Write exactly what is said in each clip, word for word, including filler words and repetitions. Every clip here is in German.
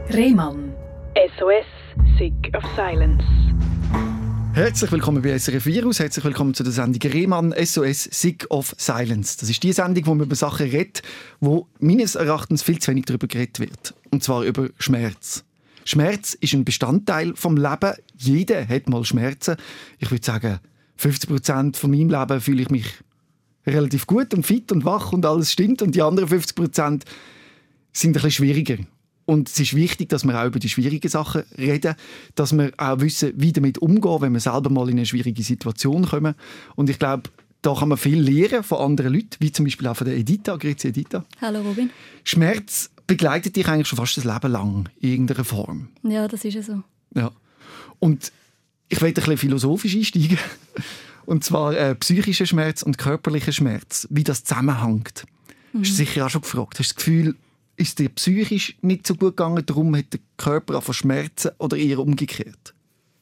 Rehmann. S O S Sick of Silence. Herzlich willkommen bei S R F Virus. Herzlich willkommen zu der Sendung Rehmann S O S Sick of Silence. Das ist die Sendung, wo man über Sachen redet, wo meines Erachtens viel zu wenig darüber geredet wird. Und zwar über Schmerz. Schmerz ist ein Bestandteil des Lebens. Jeder hat mal Schmerzen. Ich würde sagen, fünfzig Prozent von meinem Leben fühle ich mich relativ gut und fit und wach und alles stimmt. Und die anderen fünfzig Prozent sind ein bisschen schwieriger. Und es ist wichtig, dass wir auch über die schwierigen Sachen reden, dass wir auch wissen, wie damit umgehen, wenn wir selber mal in eine schwierige Situation kommen. Und ich glaube, da kann man viel lernen von anderen Leuten, wie zum Beispiel auch von der Edita. Grüezi, Edita. Hallo Robin. Schmerz begleitet dich eigentlich schon fast das Leben lang in irgendeiner Form. Ja, das ist ja so. Ja. Und ich will ein bisschen philosophisch einsteigen. Und zwar äh, psychischer Schmerz und körperlicher Schmerz, wie das zusammenhängt. Mhm. Hast du sicher auch schon gefragt. Hast du das Gefühl, ist dir psychisch nicht so gut gegangen, darum hat der Körper angefangen zu schmerzen oder eher umgekehrt?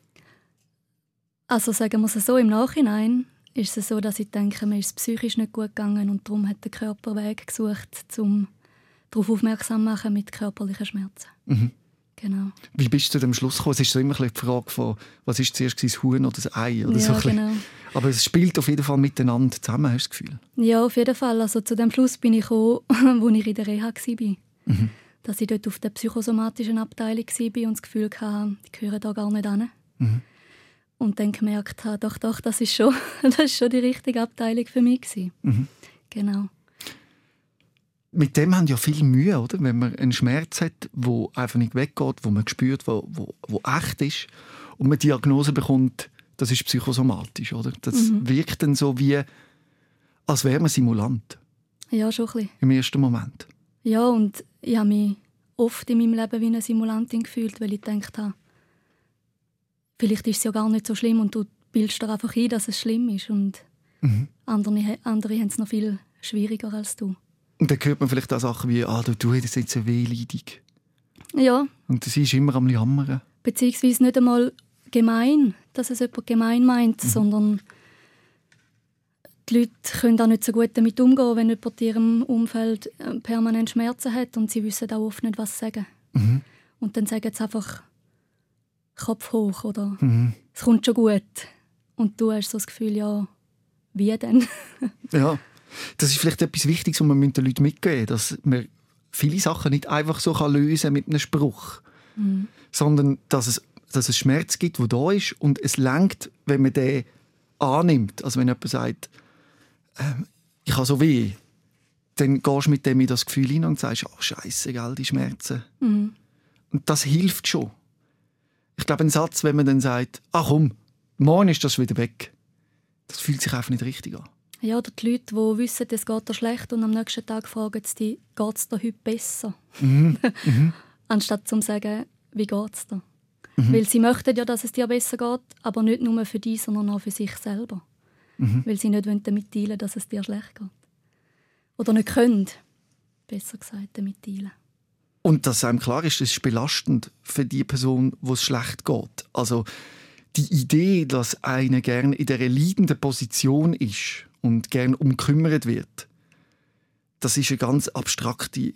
Also sagen wir es so, im Nachhinein ist es so, dass ich denke, mir ist es psychisch nicht gut gegangen und darum hat der Körper Weg gesucht, um darauf aufmerksam zu machen mit körperlichen Schmerzen. Mhm. Genau. Wie bist du zu dem Schluss gekommen? Es ist so immer die Frage von, was ist zuerst, das Huhn oder das Ei? Oder ja, so genau. Aber es spielt auf jeden Fall miteinander zusammen, hast du das Gefühl? Ja, auf jeden Fall. Also zu dem Schluss bin ich gekommen, als ich in der Reha war. Mhm. Dass ich dort auf der psychosomatischen Abteilung war und das Gefühl hatte, die gehören da gar nicht hin. Mhm. Und dann gemerkt habe, doch, doch, das ist schon, das ist schon die richtige Abteilung für mich. Mhm. Genau. Mit dem haben ja viele Mühe, oder? Wenn man einen Schmerz hat, der einfach nicht weggeht, wo man spürt, wo, wo, wo echt ist und man die Diagnose bekommt, das ist psychosomatisch, oder? Das mhm. wirkt dann so wie, als wäre man Simulant. Ja, schon ein bisschen. Im ersten Moment. Ja, und ich habe mich oft in meinem Leben wie eine Simulantin gefühlt, weil ich gedacht habe, vielleicht ist es ja gar nicht so schlimm und du bildest dir einfach ein, dass es schlimm ist. Und mhm. andere, andere haben es noch viel schwieriger als du. Und dann hört man vielleicht auch Sachen wie, ah, du, du hättest jetzt eine Wehleidung. Ja. Und sie ist immer am Jammern. Beziehungsweise nicht einmal gemein, dass es jemand gemein meint, mhm. sondern die Leute können auch nicht so gut damit umgehen, wenn jemand in ihrem Umfeld permanent Schmerzen hat und sie wissen auch oft nicht, was sagen. Mhm. Und dann sagen sie einfach Kopf hoch oder mhm. es kommt schon gut. Und du hast so das Gefühl, ja, wie denn? Ja, das ist vielleicht etwas Wichtiges, was man den Leuten mitgeben, dass man viele Sachen nicht einfach so lösen kann mit einem Spruch, mhm. sondern dass es, dass es Schmerz gibt, der da ist und es reicht, wenn man den annimmt. Also wenn jemand sagt, ähm, ich habe so weh, dann gehst du mit dem in das Gefühl hinein und sagst, oh Scheiße, gell, die Schmerzen. Mhm. Und das hilft schon. Ich glaube, ein Satz, wenn man dann sagt, ach komm, morgen ist das wieder weg, das fühlt sich einfach nicht richtig an. Ja, oder die Leute, die wissen, es geht dir schlecht und am nächsten Tag fragen sie dich, geht es dir heute besser? Mhm. Mhm. Anstatt zu sagen, wie geht es dir? Mhm. Weil sie möchten ja, dass es dir besser geht, aber nicht nur für dich, sondern auch für sich selber. Mhm. Weil sie nicht damit teilen wollen, dass es dir schlecht geht. Oder nicht können, besser gesagt, damit teilen. Und dass einem klar ist, es ist belastend für die Person, wo es schlecht geht. Also die Idee, dass einer gerne in dieser leidenden Position ist und gerne umkümmert wird, das ist eine ganz abstrakte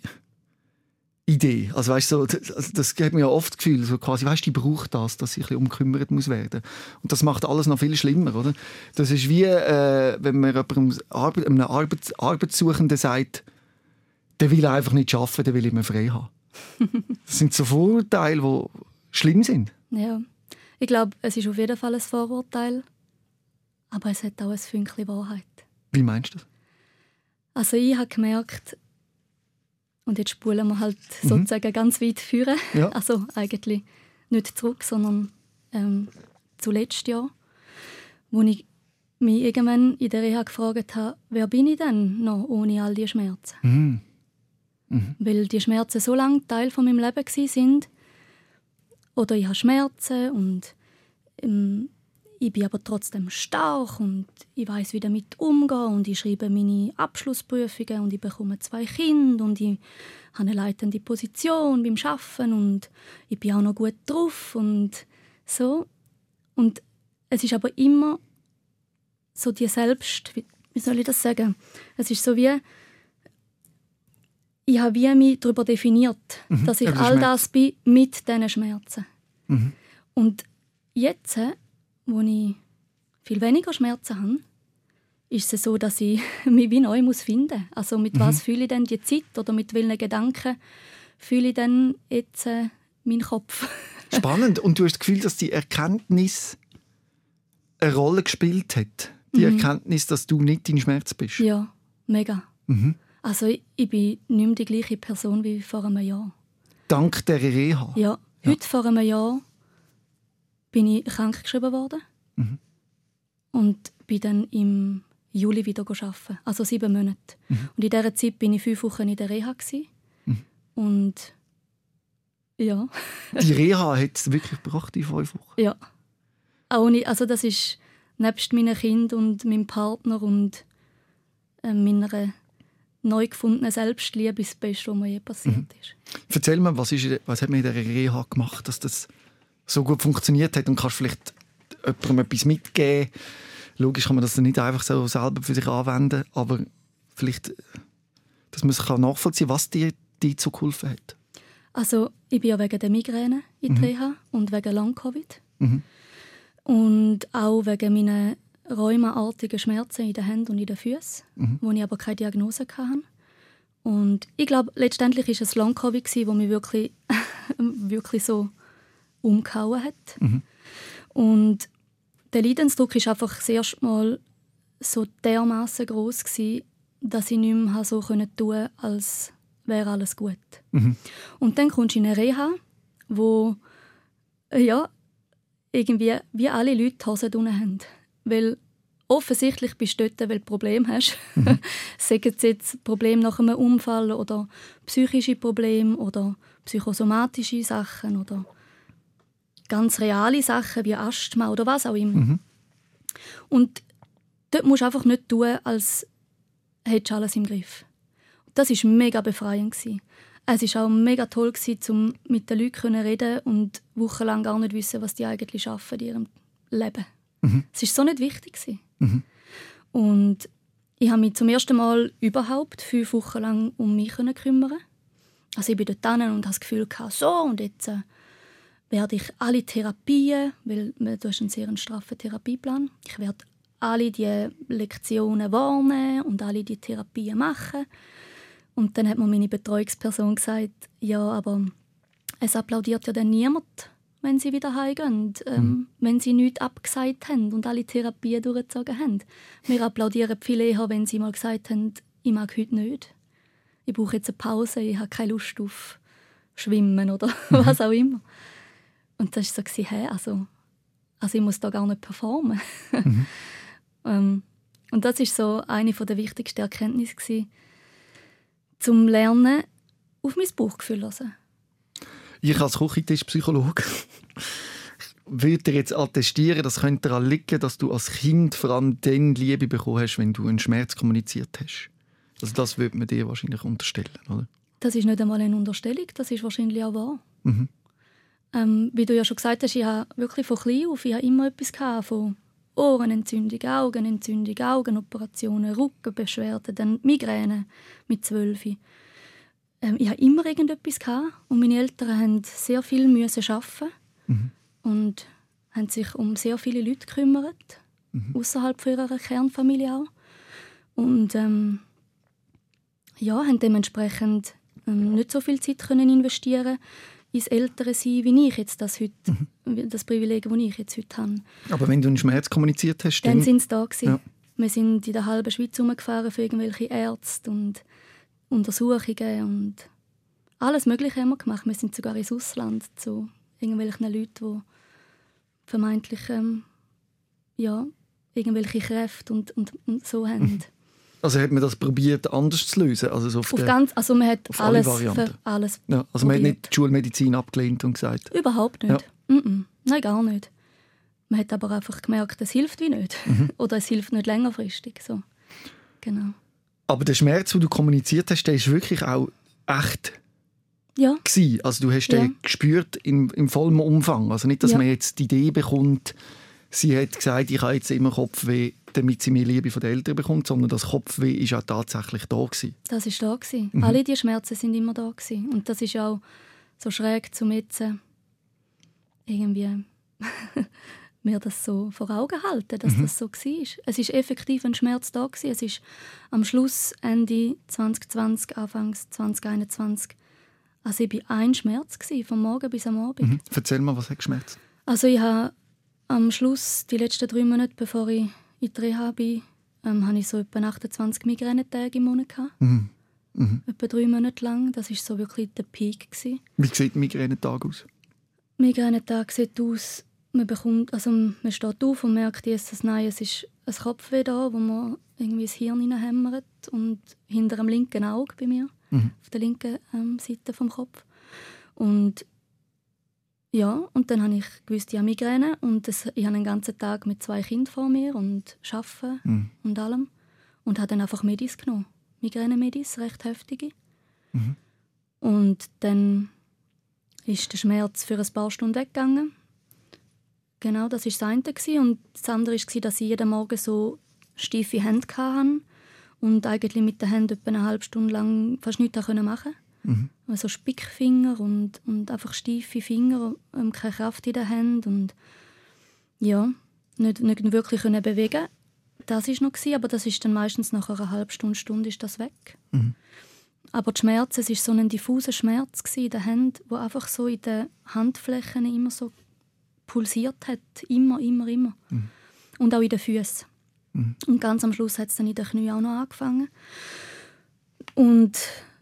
Idee. Also weißt du, das, das gibt mir ja oft das Gefühl, so quasi, weißt, die braucht das, dass sie ein bisschen umkümmert muss werden. Und das macht alles noch viel schlimmer, oder? Das ist wie, äh, wenn man jemandem Arbeit, einem Arbeits, Arbeitssuchenden sagt, der will einfach nicht arbeiten, der will immer frei haben. Das sind so Vorurteile, die schlimm sind. Ja, ich glaube, es ist auf jeden Fall ein Vorurteil, aber es hat auch ein Fünkchen Wahrheit. Wie meinst du das? Also ich habe gemerkt, und jetzt spulen wir halt mhm. sozusagen ganz weit führen. Ja. Also eigentlich nicht zurück, sondern ähm, zu letztes Jahr, wo ich mich irgendwann in der Reha gefragt habe, wer bin ich denn noch ohne all diese Schmerzen? Mhm. Mhm. Weil die Schmerzen so lange Teil von meinem Leben waren. Oder ich habe Schmerzen und ähm, ich bin aber trotzdem stark und ich weiss, wie damit umgehen und ich schreibe meine Abschlussprüfungen und ich bekomme zwei Kinder und ich habe eine leitende Position beim Arbeiten und ich bin auch noch gut drauf und so. Und es ist aber immer so die Selbst... Wie soll ich das sagen? Es ist so wie... Ich ich habe wie mich darüber definiert, mhm. dass ich ja, all das bin mit diesen Schmerzen. Mhm. Und jetzt, wo ich viel weniger Schmerzen habe, ist es so, dass ich mich wie neu muss finden muss. Also mit mhm. was fühle ich denn die Zeit oder mit welchen Gedanken fühle ich denn jetzt äh, meinen Kopf? Spannend. Und du hast das Gefühl, dass die Erkenntnis eine Rolle gespielt hat? Die mhm. Erkenntnis, dass du nicht dein Schmerz bist? Ja, mega. Mhm. Also ich, ich bin nicht mehr die gleiche Person wie vor einem Jahr. Dank der Reha? Ja. ja. Heute vor einem Jahr bin ich krankgeschrieben worden. Mhm. Und bin dann im Juli wieder arbeiten. Also sieben Monate. Mhm. Und in dieser Zeit war ich fünf Wochen in der Reha. Mhm. Und ja. Die Reha hat es wirklich gebracht, die fünf Wochen? Ja. Auch nicht, also das ist nebst meinen Kindern und meinem Partner und äh, meiner neu gefundenen Selbstliebe das Beste, was mir je passiert mhm. ist. Erzähl mir, was, ist, was hat man in dieser Reha gemacht, dass das so gut funktioniert hat? Und kannst du vielleicht jemandem etwas mitgeben? Logisch kann man das nicht einfach so selber für sich anwenden, aber vielleicht, dass man sich nachvollziehen kann, was dir dazu geholfen hat. Also ich bin ja wegen der Migräne in die mhm. Reha und wegen Long-Covid. Mhm. Und auch wegen meiner rheumaartigen Schmerzen in den Händen und in den Füßen, mhm. wo ich aber keine Diagnose hatte. Und ich glaube, letztendlich war es Long-Covid, das mich wirklich, wirklich so umgehauen hat. Mhm. Und der Leidensdruck war einfach das erste Mal so dermaßen gross, dass ich nicht mehr so tun konnte, als wäre alles gut. Mhm. Und dann kommst du in eine Reha, wo ja, irgendwie wie alle Leute die Hose unten haben. Weil offensichtlich bist du dort, weil du Probleme hast. Mhm. Sagen es jetzt Probleme nach einem Unfall oder psychische Probleme oder psychosomatische Sachen oder ganz reale Sachen wie Asthma oder was auch immer. Mhm. Und dort musst du einfach nicht tun, als hättest du alles im Griff. Das war mega befreiend. Es war auch mega toll, um mit den Leuten zu reden und wochenlang gar nicht wissen, was die eigentlich arbeiten in ihrem Leben. Mhm. Es war so nicht wichtig. Mhm. Und ich habe mich zum ersten Mal überhaupt fünf Wochen lang um mich kümmern. Also ich bin dort hin und hatte das Gefühl, so und jetzt äh, werde ich alle Therapien, weil du hast einen sehr straffen Therapieplan, ich werde alle die Lektionen wahrnehmen und alle die Therapien machen. Und dann hat mir meine Betreuungsperson gesagt, ja, aber es applaudiert ja dann niemand, wenn sie wieder heimgehen, ähm, mhm. wenn sie nichts abgesagt haben und alle Therapien durchgezogen haben. Wir applaudieren viel eher, wenn sie mal gesagt haben, ich mag heute nicht. Ich brauche jetzt eine Pause, ich habe keine Lust auf Schwimmen oder mhm. was auch immer. Und das war so, hey, also, also ich muss da gar nicht performen. Mhm. ähm, und das war so eine der wichtigsten Erkenntnisse gewesen, zum Lernen auf mein Bauchgefühl hören. Ich als Küchentischpsychologe würde dir jetzt attestieren, das könnte daran liegen, dass du als Kind vor allem dann Liebe bekommen hast, wenn du einen Schmerz kommuniziert hast. Also das würde man dir wahrscheinlich unterstellen, oder? Das ist nicht einmal eine Unterstellung, das ist wahrscheinlich auch wahr. Mhm. Ähm, wie du ja schon gesagt hast, ich habe wirklich von klein auf ich habe immer etwas gehabt, von Ohrenentzündung, Augenentzündung, Augenoperationen, Rückenbeschwerden, dann Migräne mit zwölf. Ähm, ich hatte immer irgendetwas gehabt und meine Eltern mussten sehr viel arbeiten mhm. und haben sich um sehr viele Leute gekümmert, mhm. außerhalb ihrer Kernfamilie auch. Und ähm, ja, haben dementsprechend ähm, nicht so viel Zeit können investieren ins ältere Sein, wie ich jetzt das heute, mhm. das Privileg, das ich jetzt heute habe. Aber wenn du einen Schmerz kommuniziert hast, dann sind sie da gewesen. Ja. Wir sind in der halben Schweiz herumgefahren für irgendwelche Ärzte und Untersuchungen und alles Mögliche haben wir gemacht. Wir sind sogar ins Ausland zu irgendwelchen Leuten, die vermeintlich ähm, ja, irgendwelche Kräfte und, und, und so haben. Mhm. Also hat man das probiert, anders zu lösen? Also, so auf auf der, ganz, also man hat alles, alle alles ja, also man hat nicht die Schulmedizin abgelehnt und gesagt? Überhaupt nicht. Ja. Mm-mm. Nein, gar nicht. Man hat aber einfach gemerkt, es hilft wie nicht. Mhm. Oder es hilft nicht längerfristig. So. Genau. Aber der Schmerz, den du kommuniziert hast, der ist wirklich auch echt ja. gewesen. Also du hast ja. den gespürt im, im vollen Umfang. Also nicht, dass ja. man jetzt die Idee bekommt, sie hat gesagt, ich habe jetzt immer Kopfweh, damit sie mehr Liebe von den Eltern bekommt, sondern das Kopfweh war auch tatsächlich da gewesen. Das war da gewesen. Mhm. Alle diese Schmerzen sind immer da gewesen. Und das ist auch so schräg zum jetzt äh, irgendwie mir das so vor Augen halten, dass mhm. das so war. Es war effektiv ein Schmerz da gewesen. Es ist am Schluss Ende zwanzig zwanzig, Anfang zwanzig einundzwanzig, also ich war ein Schmerz gewesen, vom Morgen bis am Abend. Mhm. Erzähl mal, was hat geschmerzt? Also ich habe am Schluss, die letzten drei Monate, bevor ich in die Reha bin, ähm, hatte ich so etwa achtundzwanzig Migränetage im Monat. Mhm. Mhm. Etwa drei Monate lang. Das war so wirklich der Peak gewesen. Wie sieht ein Migränetag aus? Migränetag sieht aus, man, bekommt, also man steht auf und merkt, dass nein, es ist ein Kopfweh da, wo man irgendwie ins Hirn hineinhämmert und hinter dem linken Auge bei mir, mhm. auf der linken ähm, Seite vom Kopf. Und ja, und dann habe ich gewusst, ich habe Migräne und das, ich habe einen ganzen Tag mit zwei Kindern vor mir und arbeiten mhm. und allem und habe dann einfach Medis genommen. Migräne-Medis, recht heftige. Mhm. Und dann ist der Schmerz für ein paar Stunden weggegangen. Genau, das war das eine. Und das andere war, dass ich jeden Morgen so steife Hände hatte und eigentlich mit den Händen etwa eine halbe Stunde lang fast nichts machen konnte. Mhm. Also Spickfinger und, und einfach steife Finger, ähm, keine Kraft in den Händen und ja, nicht, nicht wirklich können bewegen. Das war noch, aber das ist dann meistens nach einer halben Stunde, Stunde ist das weg. Mhm. Aber die Schmerzen, es war so ein diffuser Schmerz in den Händen, der einfach so in den Handflächen immer so pulsiert hat. Immer, immer, immer. Mhm. Und auch in den Füßen. Mhm. Und ganz am Schluss hat es dann in den Knien auch noch angefangen. Und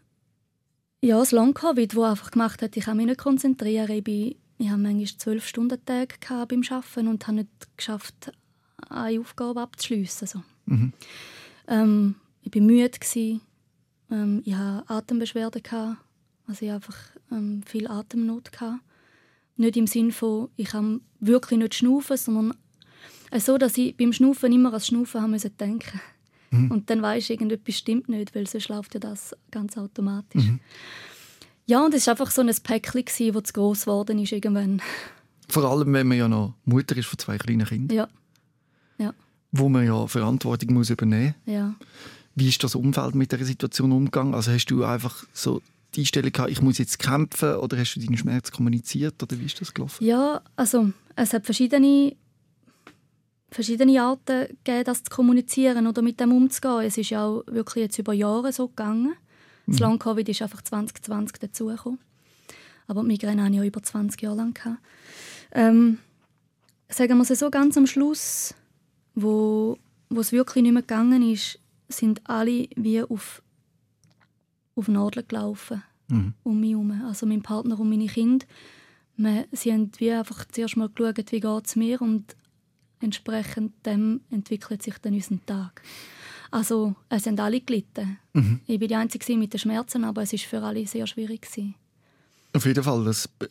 ja, das Long-Covid, das einfach gemacht hat, ich kann mich nicht konzentrieren. Ich, bin, ich hatte manchmal zwölf Stunden Tage beim Arbeiten und habe nicht geschafft, eine Aufgabe abzuschliessen. So. Mhm. Ähm, ich war müde. Ähm, ich hatte Atembeschwerden. Also ich hatte einfach ähm, viel Atemnot. Nicht im Sinne von, ich kann wirklich nicht schnaufen, sondern so, dass ich beim Schnaufen immer ans Schnaufen haben musste denken. Mhm. Und dann weisst du, irgendetwas stimmt nicht, weil sonst läuft ja das ganz automatisch. Mhm. Ja, und es war einfach so ein Päckchen, das zu gross geworden ist irgendwann. Vor allem, wenn man ja noch Mutter ist von zwei kleinen Kindern. Ja. Ja. Wo man ja Verantwortung muss übernehmen muss. Ja. Wie ist das Umfeld mit dieser Situation umgegangen? Also hast du einfach so die Einstellung gehabt, ich muss jetzt kämpfen, oder hast du deinen Schmerz kommuniziert, oder wie ist das gelaufen? Ja, also es hat verschiedene, verschiedene Arten gegeben, das zu kommunizieren oder mit dem umzugehen. Es ist ja auch wirklich jetzt über Jahre so gegangen. Das mhm. Long-Covid ist einfach zwanzig zwanzig dazugekommen. Aber die Migräne hatte ich ja über zwanzig Jahre lang. Ähm, sagen wir es so, ganz am Schluss, wo, wo es wirklich nicht mehr gegangen ist, sind alle wie auf, auf Nadeln gelaufen, mhm. um mich herum. Also mein Partner und meine Kinder. Wir, sie haben wie einfach zuerst mal geschaut, wie geht es mir, und entsprechend dem entwickelt sich dann unser Tag. Also es sind alle gelitten. Mhm. Ich war die Einzige mit den Schmerzen, aber es war für alle sehr schwierig. Auf jeden Fall, das, äh,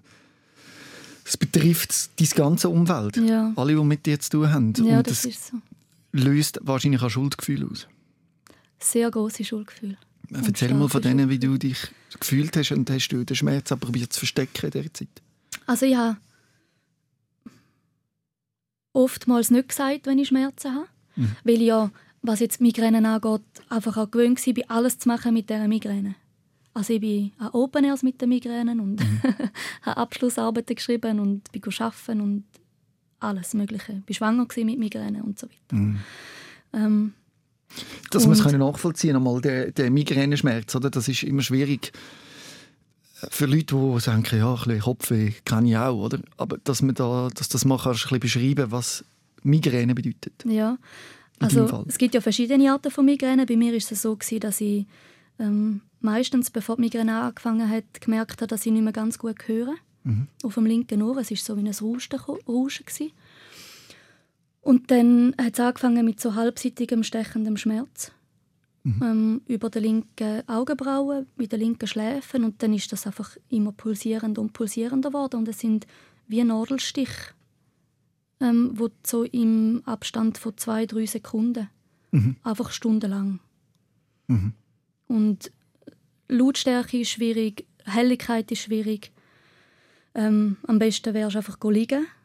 das betrifft dein ganze Umfeld. Ja. Alle, die mit dir zu tun haben. Ja, und das, das ist so. Löst wahrscheinlich auch Schuldgefühle aus. Sehr grosse Schuldgefühle. Erzähl mal von denen, wie du dich gefühlt hast, und hast du den Schmerz aber probiert zu verstecken in dieser Zeit? Also ich habe oftmals nicht gesagt, wenn ich Schmerzen habe. Mhm. Weil ich ja, was jetzt Migräne angeht, einfach auch gewöhnt war, alles zu machen mit dieser Migräne. Also ich bin an Open Airs mit den Migränen und mhm. habe Abschlussarbeiten geschrieben und bin arbeiten und alles Mögliche. Ich war schwanger mit Migräne und so weiter. Mhm. Ähm, das muss man nachvollziehen, einmal der, der Migräneschmerz, oder? Das ist immer schwierig für Leute, die sagen, ja, ein bisschen Kopfweh kann ich auch, oder? Aber dass man da, dass das mal kannst, ein bisschen beschreiben, was Migräne bedeutet. Ja, also es gibt ja verschiedene Arten von Migräne. Bei mir war es so, dass ich ähm, meistens, bevor die Migräne angefangen hat, gemerkt habe, dass ich nicht mehr ganz gut höre. Mhm. Auf dem linken Ohr. Es war so wie ein Rauschen. Und dann hat es angefangen mit so halbseitigem stechendem Schmerz. Mhm. Ähm, über die linken Augenbrauen, bei den linken Schläfen. Und dann ist das einfach immer pulsierender und pulsierender geworden. Und es sind wie Nadelstiche, ähm, wo so im Abstand von zwei, drei Sekunden, mhm. einfach stundenlang. Mhm. Und Lautstärke ist schwierig, Helligkeit ist schwierig. Ähm, am besten wärst du einfach liegen.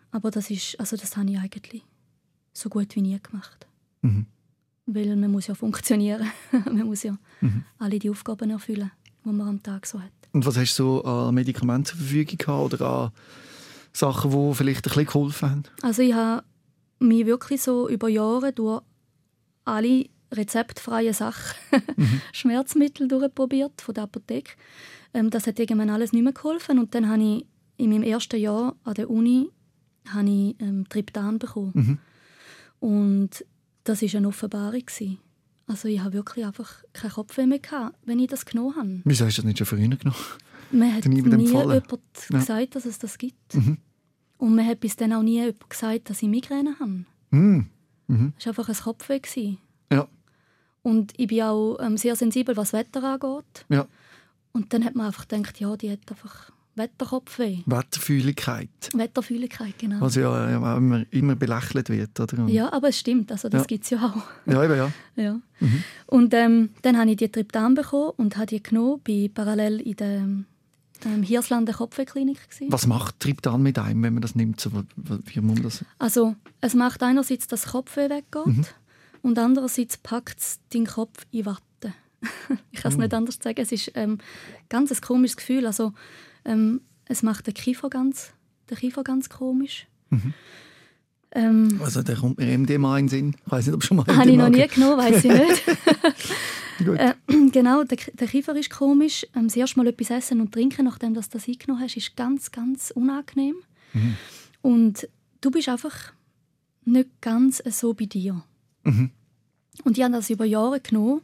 Aber das ist, also das habe ich eigentlich so gut wie nie gemacht. Mhm. Weil man muss ja funktionieren. Man muss ja mhm. alle die Aufgaben erfüllen, die man am Tag so hat. Und was hast du so an Medikamenten zur Verfügung gehabt oder an Sachen, die vielleicht ein bisschen geholfen haben? Also ich habe mich wirklich so über Jahre durch alle rezeptfreien Sachen, mhm. Schmerzmittel durchprobiert von der Apotheke. Ähm, das hat irgendwann alles nicht mehr geholfen. Und dann habe ich in meinem ersten Jahr an der Uni habe ich, ähm, Triptan bekommen. Mhm. Und das war eine Offenbarung. Also ich habe wirklich einfach keinen Kopfweh mehr gehabt, wenn ich das genommen habe. Wieso hast du das nicht schon früher genommen? Man hat nie jemand ja. gesagt, dass es das gibt. Mhm. Und man hat bis dann auch nie jemand gesagt, dass ich Migräne habe. Mhm. Mhm. Es war einfach ein Kopfweh. Ja. Und ich bin auch ähm, sehr sensibel, was Wetter angeht. Ja. Und dann hat man einfach gedacht, ja, die hat einfach Wetterkopfweh. Wetterfühligkeit. Wetterfühligkeit, genau. Was ja, ja immer, immer belächelt wird, oder? Ja, aber es stimmt, also das ja. gibt es ja auch. Ja, eben, ja. ja. Mhm. Und ähm, dann habe ich die Triptan bekommen und habe die genommen, bin parallel in der ähm, Hirslanden Kopfwehklinik. Was macht Triptan mit einem, wenn man das nimmt? So, wie muss man das? Also, es macht einerseits, dass das Kopfweh weggeht mhm. und andererseits packt es deinen Kopf in Watte. Ich kann es oh. nicht anders sagen. Es ist ähm, ganz ein komisches Gefühl. Also, ähm, es macht den Kiefer ganz, den Kiefer ganz komisch. Mhm. Ähm, also, da kommt mir M D M A in den Sinn. Ich weiss nicht, ob schon mal habe ich noch nie genommen, weiss ich nicht. Gut. Äh, genau, der, der Kiefer ist komisch. Ähm, das erste Mal etwas essen und trinken, nachdem du das eingenommen hast, ist ganz, ganz unangenehm. Mhm. Und du bist einfach nicht ganz so bei dir. Mhm. Und ich habe das über Jahre genommen.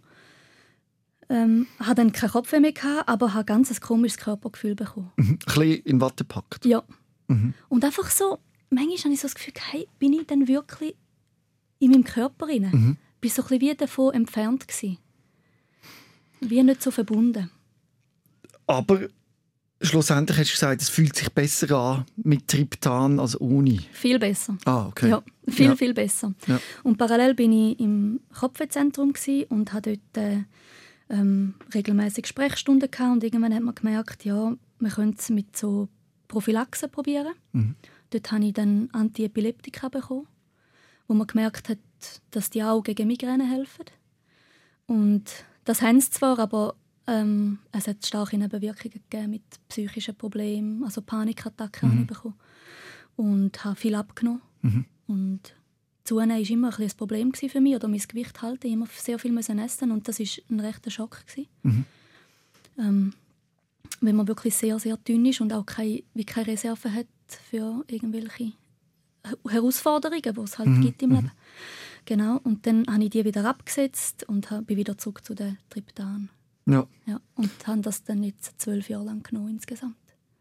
Ähm, habe dann keinen Kopf mehr gehabt, aber habe ganz ein komisches Körpergefühl bekommen. Mhm. Ein bisschen in Watte gepackt. Ja. Mhm. Und einfach so, manchmal habe ich so das Gefühl, hey, bin ich denn wirklich in meinem Körper drin? Mhm. Ich war so ein bisschen wie davon entfernt gewesen. Wie nicht so verbunden. Aber schlussendlich hast du gesagt, es fühlt sich besser an mit Triptan als ohne. Viel besser. Ah, okay. Ja, viel, ja. viel besser. Ja. Und parallel bin ich im Kopfwehzentrum und hatte dort äh, ähm, regelmäßig Sprechstunden gehabt. Und irgendwann hat man gemerkt, ja, man könnte es mit so Prophylaxe probieren. Mhm. Dort habe ich dann Antiepileptika bekommen, wo man gemerkt hat, dass die auch gegen Migräne helfen. Und das haben sie zwar, aber ähm, es hat starke Nebenwirkungen gegeben mit psychischen Problemen, also Panikattacken mhm. habe ich bekommen. Und habe viel abgenommen. Mhm. Und Zunehmen war immer ein, ein Problem für mich, oder mein Gewicht halten. Ich musste immer sehr viel essen und das war ein rechter Schock. Mhm. Ähm, wenn man wirklich sehr, sehr dünn ist und auch keine, wie keine Reserve hat für irgendwelche Herausforderungen, die es halt mhm. gibt im mhm. Leben. Genau, und dann habe ich die wieder abgesetzt und bin wieder zurück zu den Triptan. Ja. Ja, und habe das dann jetzt zwölf Jahre lang genommen insgesamt.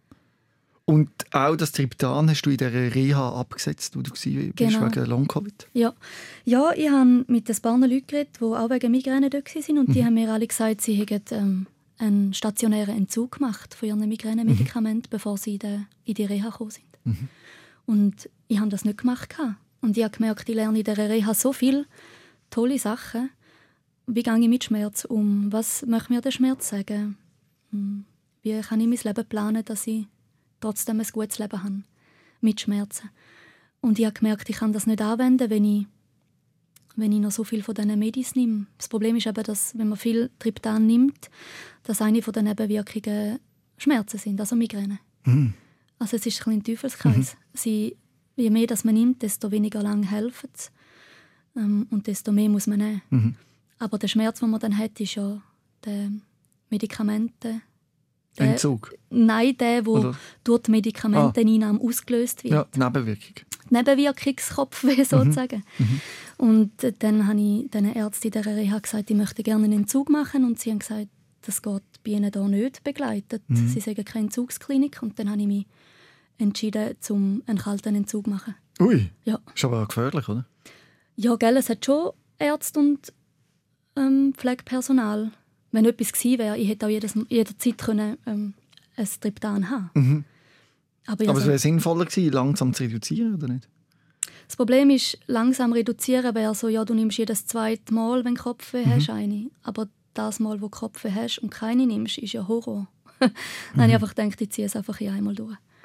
Und auch das Triptan hast du in dieser Reha abgesetzt, wo du warst, genau. wegen Long-Covid? Ja. ja, ich habe mit ein paar Leuten geredet, die auch wegen Migräne dort waren. Und mhm. die haben mir alle gesagt, sie hätten ähm, einen stationären Entzug gemacht von ihren Migränemedikamenten, mhm. bevor sie in die, in die Reha gekommen sind. Mhm. Und ich habe das nicht gemacht. Und ich habe gemerkt, ich lerne in dieser Reha so viele tolle Sachen. Wie gehe ich mit Schmerz um? Was möchte mir der Schmerz sagen? Wie kann ich mein Leben planen, dass ich trotzdem ein gutes Leben habe? Mit Schmerzen. Und ich habe gemerkt, ich kann das nicht anwenden, wenn ich, wenn ich noch so viel von diesen Medis nehme. Das Problem ist eben, dass, wenn man viel Triptan nimmt, dass eine von den Nebenwirkungen Schmerzen sind, also Migräne. Mhm. Also es ist ein, ein Teufelskreis. Mhm. Sie, je mehr das man nimmt, desto weniger lang helfen es. Ähm, und desto mehr muss man nehmen. Mhm. Aber der Schmerz, den man dann hat, ist ja der Medikamente. Der, Entzug? Nein, der, der durch die Medikamenteneinnahme ah. ausgelöst wird. Ja, die Nebenwirkung. Die Nebenwirkungskopfweh sozusagen. Mhm. Mhm. Und dann habe ich den Ärzten in dieser Reha gesagt, ich möchte gerne einen Entzug machen. Und sie haben gesagt, das geht bei ihnen hier nicht begleitet. Mhm. Sie sagen keine Entzugsklinik. Und dann habe ich mich entschieden, um einen kalten Entzug zu machen. Ui, ja. Ist aber auch gefährlich, oder? Ja, gell, es hat schon Ärzte und ähm, Pflegepersonal. Wenn etwas gewesen wäre, ich hätte auch jedes, jederzeit können, ähm, ein Triptan haben. Mhm. Aber, aber also, es wäre sinnvoller gewesen, langsam zu reduzieren, oder nicht? Das Problem ist, langsam reduzieren wäre so, ja, du nimmst jedes zweite Mal, wenn du Kopfweh mhm. hast, eine. Aber das Mal, wo du Kopfweh hast und keine nimmst, ist ja Horror. Dann mhm. habe ich einfach gedacht, ich ziehe es einfach in einmal durch.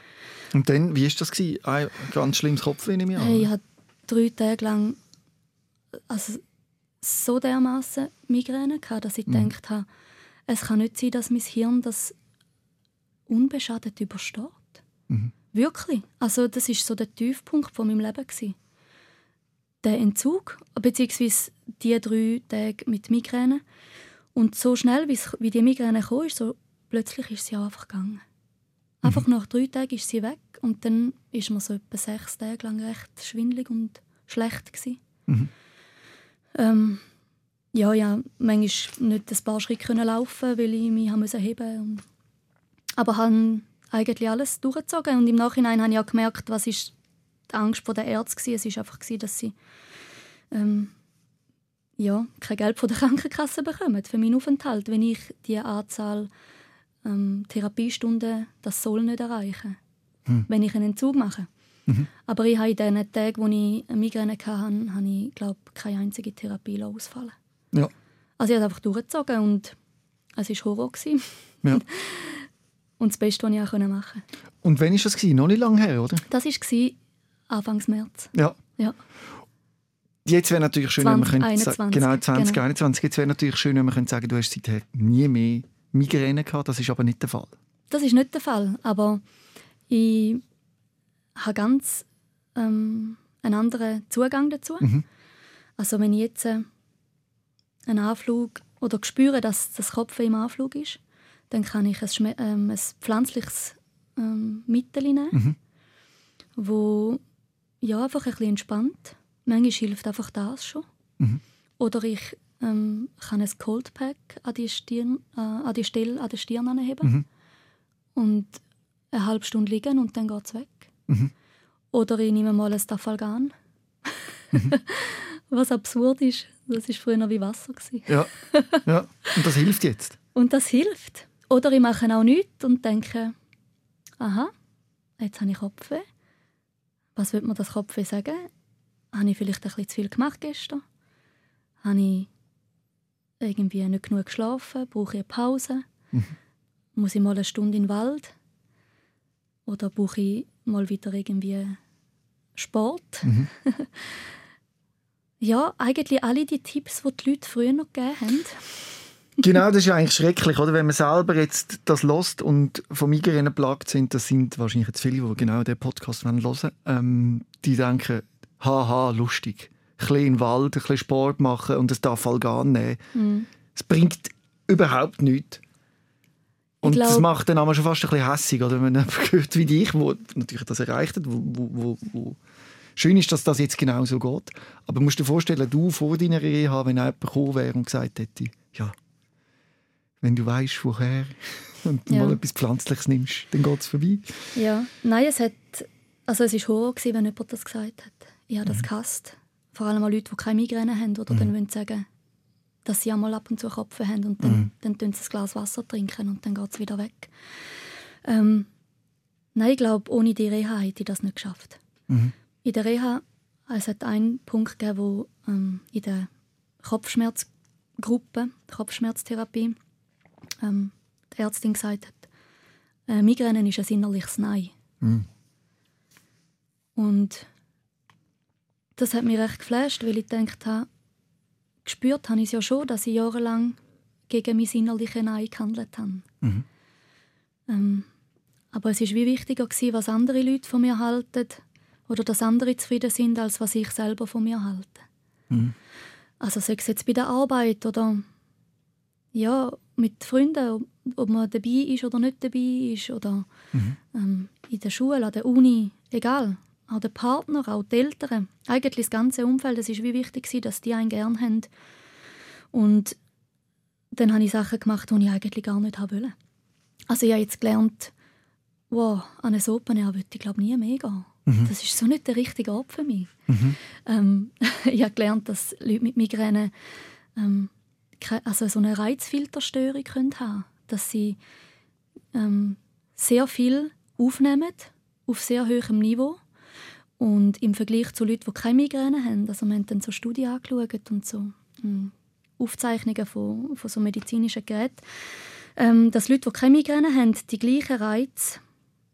Und dann, wie war das? Ein ganz schlimmes Kopfweh, nehme ich an. Hey, ich hatte drei Tage lang also, so dermassen Migräne gehabt, dass ich mhm. gedacht habe, es kann nicht sein, dass mein Hirn das unbeschadet übersteht. Mhm. Wirklich. Also, das war so der Tiefpunkt von meinem Leben gewesen. Der Entzug, beziehungsweise die drei Tage mit Migräne. Und so schnell, wie die Migräne kam, so plötzlich ist sie einfach gegangen. Einfach mhm. nach drei Tagen ist sie weg und dann war man so etwa sechs Tage lang recht schwindelig und schlecht gewesen. Mhm. Ähm, ja, ja, manchmal nicht ein paar Schritte laufen, weil ich mich heben musste. Aber habe eigentlich alles durchgezogen. Und im Nachhinein habe ich auch gemerkt, was ist die Angst der Ärzte war. Es war einfach, dass sie ähm, ja, kein Geld von der Krankenkasse bekommen für meinen Aufenthalt, wenn ich die Anzahl ähm, Therapiestunden, das soll nicht erreichen, hm. wenn ich einen Entzug mache. Mhm. Aber ich habe in den Tagen, wo ich eine Migräne hatte, habe ich, glaube ich, keine einzige Therapie ausfallen. Ja. Also ich habe es einfach durchgezogen und es war Horror. Ja. Und das Beste, was ich auch machen konnte. Und wann war das? Noch nicht lange her, oder? Das war Anfang März. Ja. ja. Jetzt wäre natürlich schön, zwanzig wenn man könnte sagen, genau zwanzig einundzwanzig. Jetzt wäre natürlich schön, wenn man könnte sagen, du hast seither nie mehr Migräne gehabt. Das ist aber nicht der Fall. Das ist nicht der Fall, aber ich habe ganz ähm, einen anderen Zugang dazu. Mhm. Also wenn ich jetzt äh, einen Anflug oder spüre, dass das Kopf im Anflug ist, dann kann ich ein, Schme- ähm, ein pflanzliches ähm, Mittel nehmen, mhm. wo ja, einfach ein bisschen entspannt. Manchmal hilft einfach das schon. Mhm. Oder ich ähm, kann ein Cold Pack an die, Stirn, äh, an die Stelle an der Stirn anheben mhm. und eine halbe Stunde liegen und dann geht es weg. Mhm. Oder ich nehme mal ein Stafalgan. Mhm. Was absurd ist, das war früher wie Wasser. Ja. ja, und das hilft jetzt? Und das hilft. Oder ich mache auch nichts und denke, aha, jetzt habe ich Kopfweh. Was will mir das Kopfweh sagen? Habe ich vielleicht ein bisschen zu viel gemacht gestern? Habe ich irgendwie nicht genug geschlafen? Brauche ich eine Pause? Mhm. Muss ich mal eine Stunde in den Wald? Oder brauche ich mal wieder irgendwie Sport? Mhm. Ja, eigentlich alle die Tipps, die die Leute früher noch gegeben haben. Genau, das ist ja eigentlich schrecklich, oder? Wenn man selber jetzt das hört und von Migräne plagt sind, das sind wahrscheinlich jetzt viele, die genau diesen Podcast hören wollen, ähm, die denken, haha, lustig. Ein bisschen in den Wald, ein bisschen Sport machen und das darf all gar nehmen. Mhm. Es bringt überhaupt nichts. Und glaub, das macht dann schon fast ein bisschen hässig, oder? Wenn man hört wie dich, wo natürlich das erreicht hat, wo, wo, wo, wo schön ist, dass das jetzt genau so geht. Aber du musst dir vorstellen, du vor deiner Reha, wenn jemand gekommen wäre und gesagt hätte, ja, wenn du weißt, woher und ja. mal etwas Pflanzliches nimmst, dann geht es vorbei. Ja, nein, es hat, also es war Horror, wenn jemand das gesagt hat. Ich habe das mhm. gehasst. Vor allem auch Leute, die keine Migräne haben oder mhm. dann wollen sagen, dass sie einmal ab und zu Kopf haben und dann, mhm. dann trinken sie ein Glas Wasser trinken und dann geht es wieder weg. Ähm, nein, ich glaube, ohne die Reha hätte ich das nicht geschafft. Mhm. In der Reha es hat einen Punkt gegeben, wo ähm, in der Kopfschmerzgruppe, Kopfschmerztherapie, ähm, die Ärztin gesagt hat, äh, Migräne ist ein innerliches Nein. Mhm. Und das hat mich recht geflasht, weil ich gedacht habe, gespürt habe ich es ja schon, dass ich jahrelang gegen mein innerliches Nein gehandelt habe. Mhm. Ähm, aber es war wie wichtiger gewesen, was andere Leute von mir halten oder dass andere zufrieden sind, als was ich selber von mir halte. Mhm. Also sei es jetzt bei der Arbeit oder ja, mit Freunden, ob man dabei ist oder nicht dabei ist oder mhm. ähm, in der Schule, an der Uni, egal. Auch der Partner, auch die Eltern. Eigentlich das ganze Umfeld, es war wie wichtig, dass die einen gerne haben. Und dann habe ich Sachen gemacht, die ich eigentlich gar nicht wollte. Also ich habe jetzt gelernt, wow, an eine Open Air würde ich glaube nie mehr gehen. Mhm. Das ist so nicht der richtige Ort für mich. Mhm. Ähm, ich habe gelernt, dass Leute mit Migräne ähm, also so eine Reizfilterstörung haben können. Dass sie ähm, sehr viel aufnehmen, auf sehr hohem Niveau. Und im Vergleich zu Leuten, die keine Migräne haben, also wir haben dann so Studien angeschaut und so mh, Aufzeichnungen von, von so medizinischen Geräten, ähm, dass Leute, die keine Migräne haben, die gleichen Reize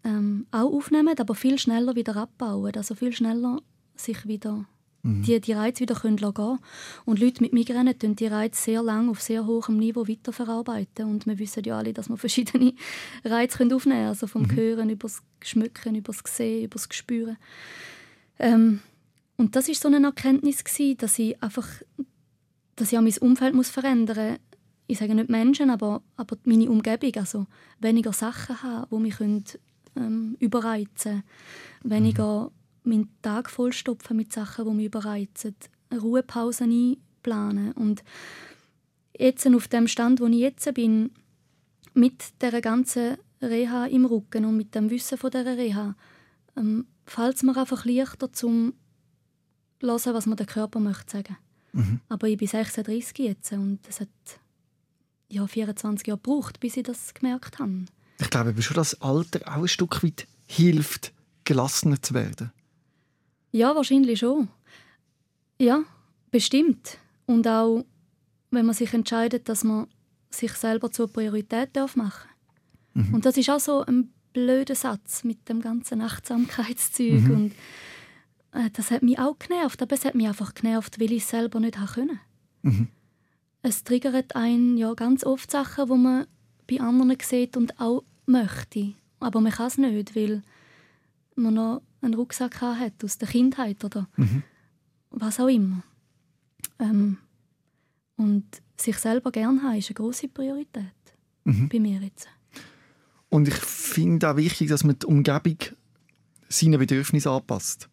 ähm, auch aufnehmen, aber viel schneller wieder abbauen. Also viel schneller sich wieder mhm. die, die Reize wieder gehen können. Und Leute mit Migräne tun die Reize sehr lange auf sehr hohem Niveau weiterverarbeiten. Und wir wissen ja alle, dass wir verschiedene Reize aufnehmen können. Also vom mhm. Hören, über das Schmücken, über das Sehen, über das Spüren. Ähm, und das war so eine Erkenntnis, dass ich einfach dass ich auch mein Umfeld muss verändern muss. Ich sage nicht Menschen, aber, aber meine Umgebung. Also weniger Sachen haben, die mich können, ähm, überreizen können. Weniger mhm. meinen Tag vollstopfen mit Sachen, die mich überreizen. Ruhepausen einplanen. Und jetzt auf dem Stand, wo ich jetzt bin, mit dieser ganzen Reha im Rücken und mit dem Wissen von dieser Reha, ähm, fällt es mir einfach leichter, zum zu hören, was mir der Körper möchte sagen. Mhm. Aber ich bin sechsunddreißig jetzt und es hat ja, vierundzwanzig Jahre gebraucht, bis ich das gemerkt habe. Ich glaube, schon das Alter auch ein Stück weit hilft, gelassener zu werden. Ja, wahrscheinlich schon. Ja, bestimmt. Und auch, wenn man sich entscheidet, dass man sich selber zur Priorität machen darf. Mhm. Und das ist auch so ein blöder Satz mit dem ganzen Achtsamkeitszeug. Mhm. Und äh, das hat mich auch genervt. Aber es hat mich einfach genervt, weil ich es selber nicht konnte. Mhm. Es triggert einen ja ganz oft Sachen, die man bei anderen sieht und auch möchte. Aber man kann es nicht, weil man noch einen Rucksack hat aus der Kindheit oder mhm. was auch immer. Ähm, und sich selber gerne haben, ist eine grosse Priorität mhm. bei mir jetzt. Und ich finde auch wichtig, dass man die Umgebung seinen Bedürfnissen anpasst.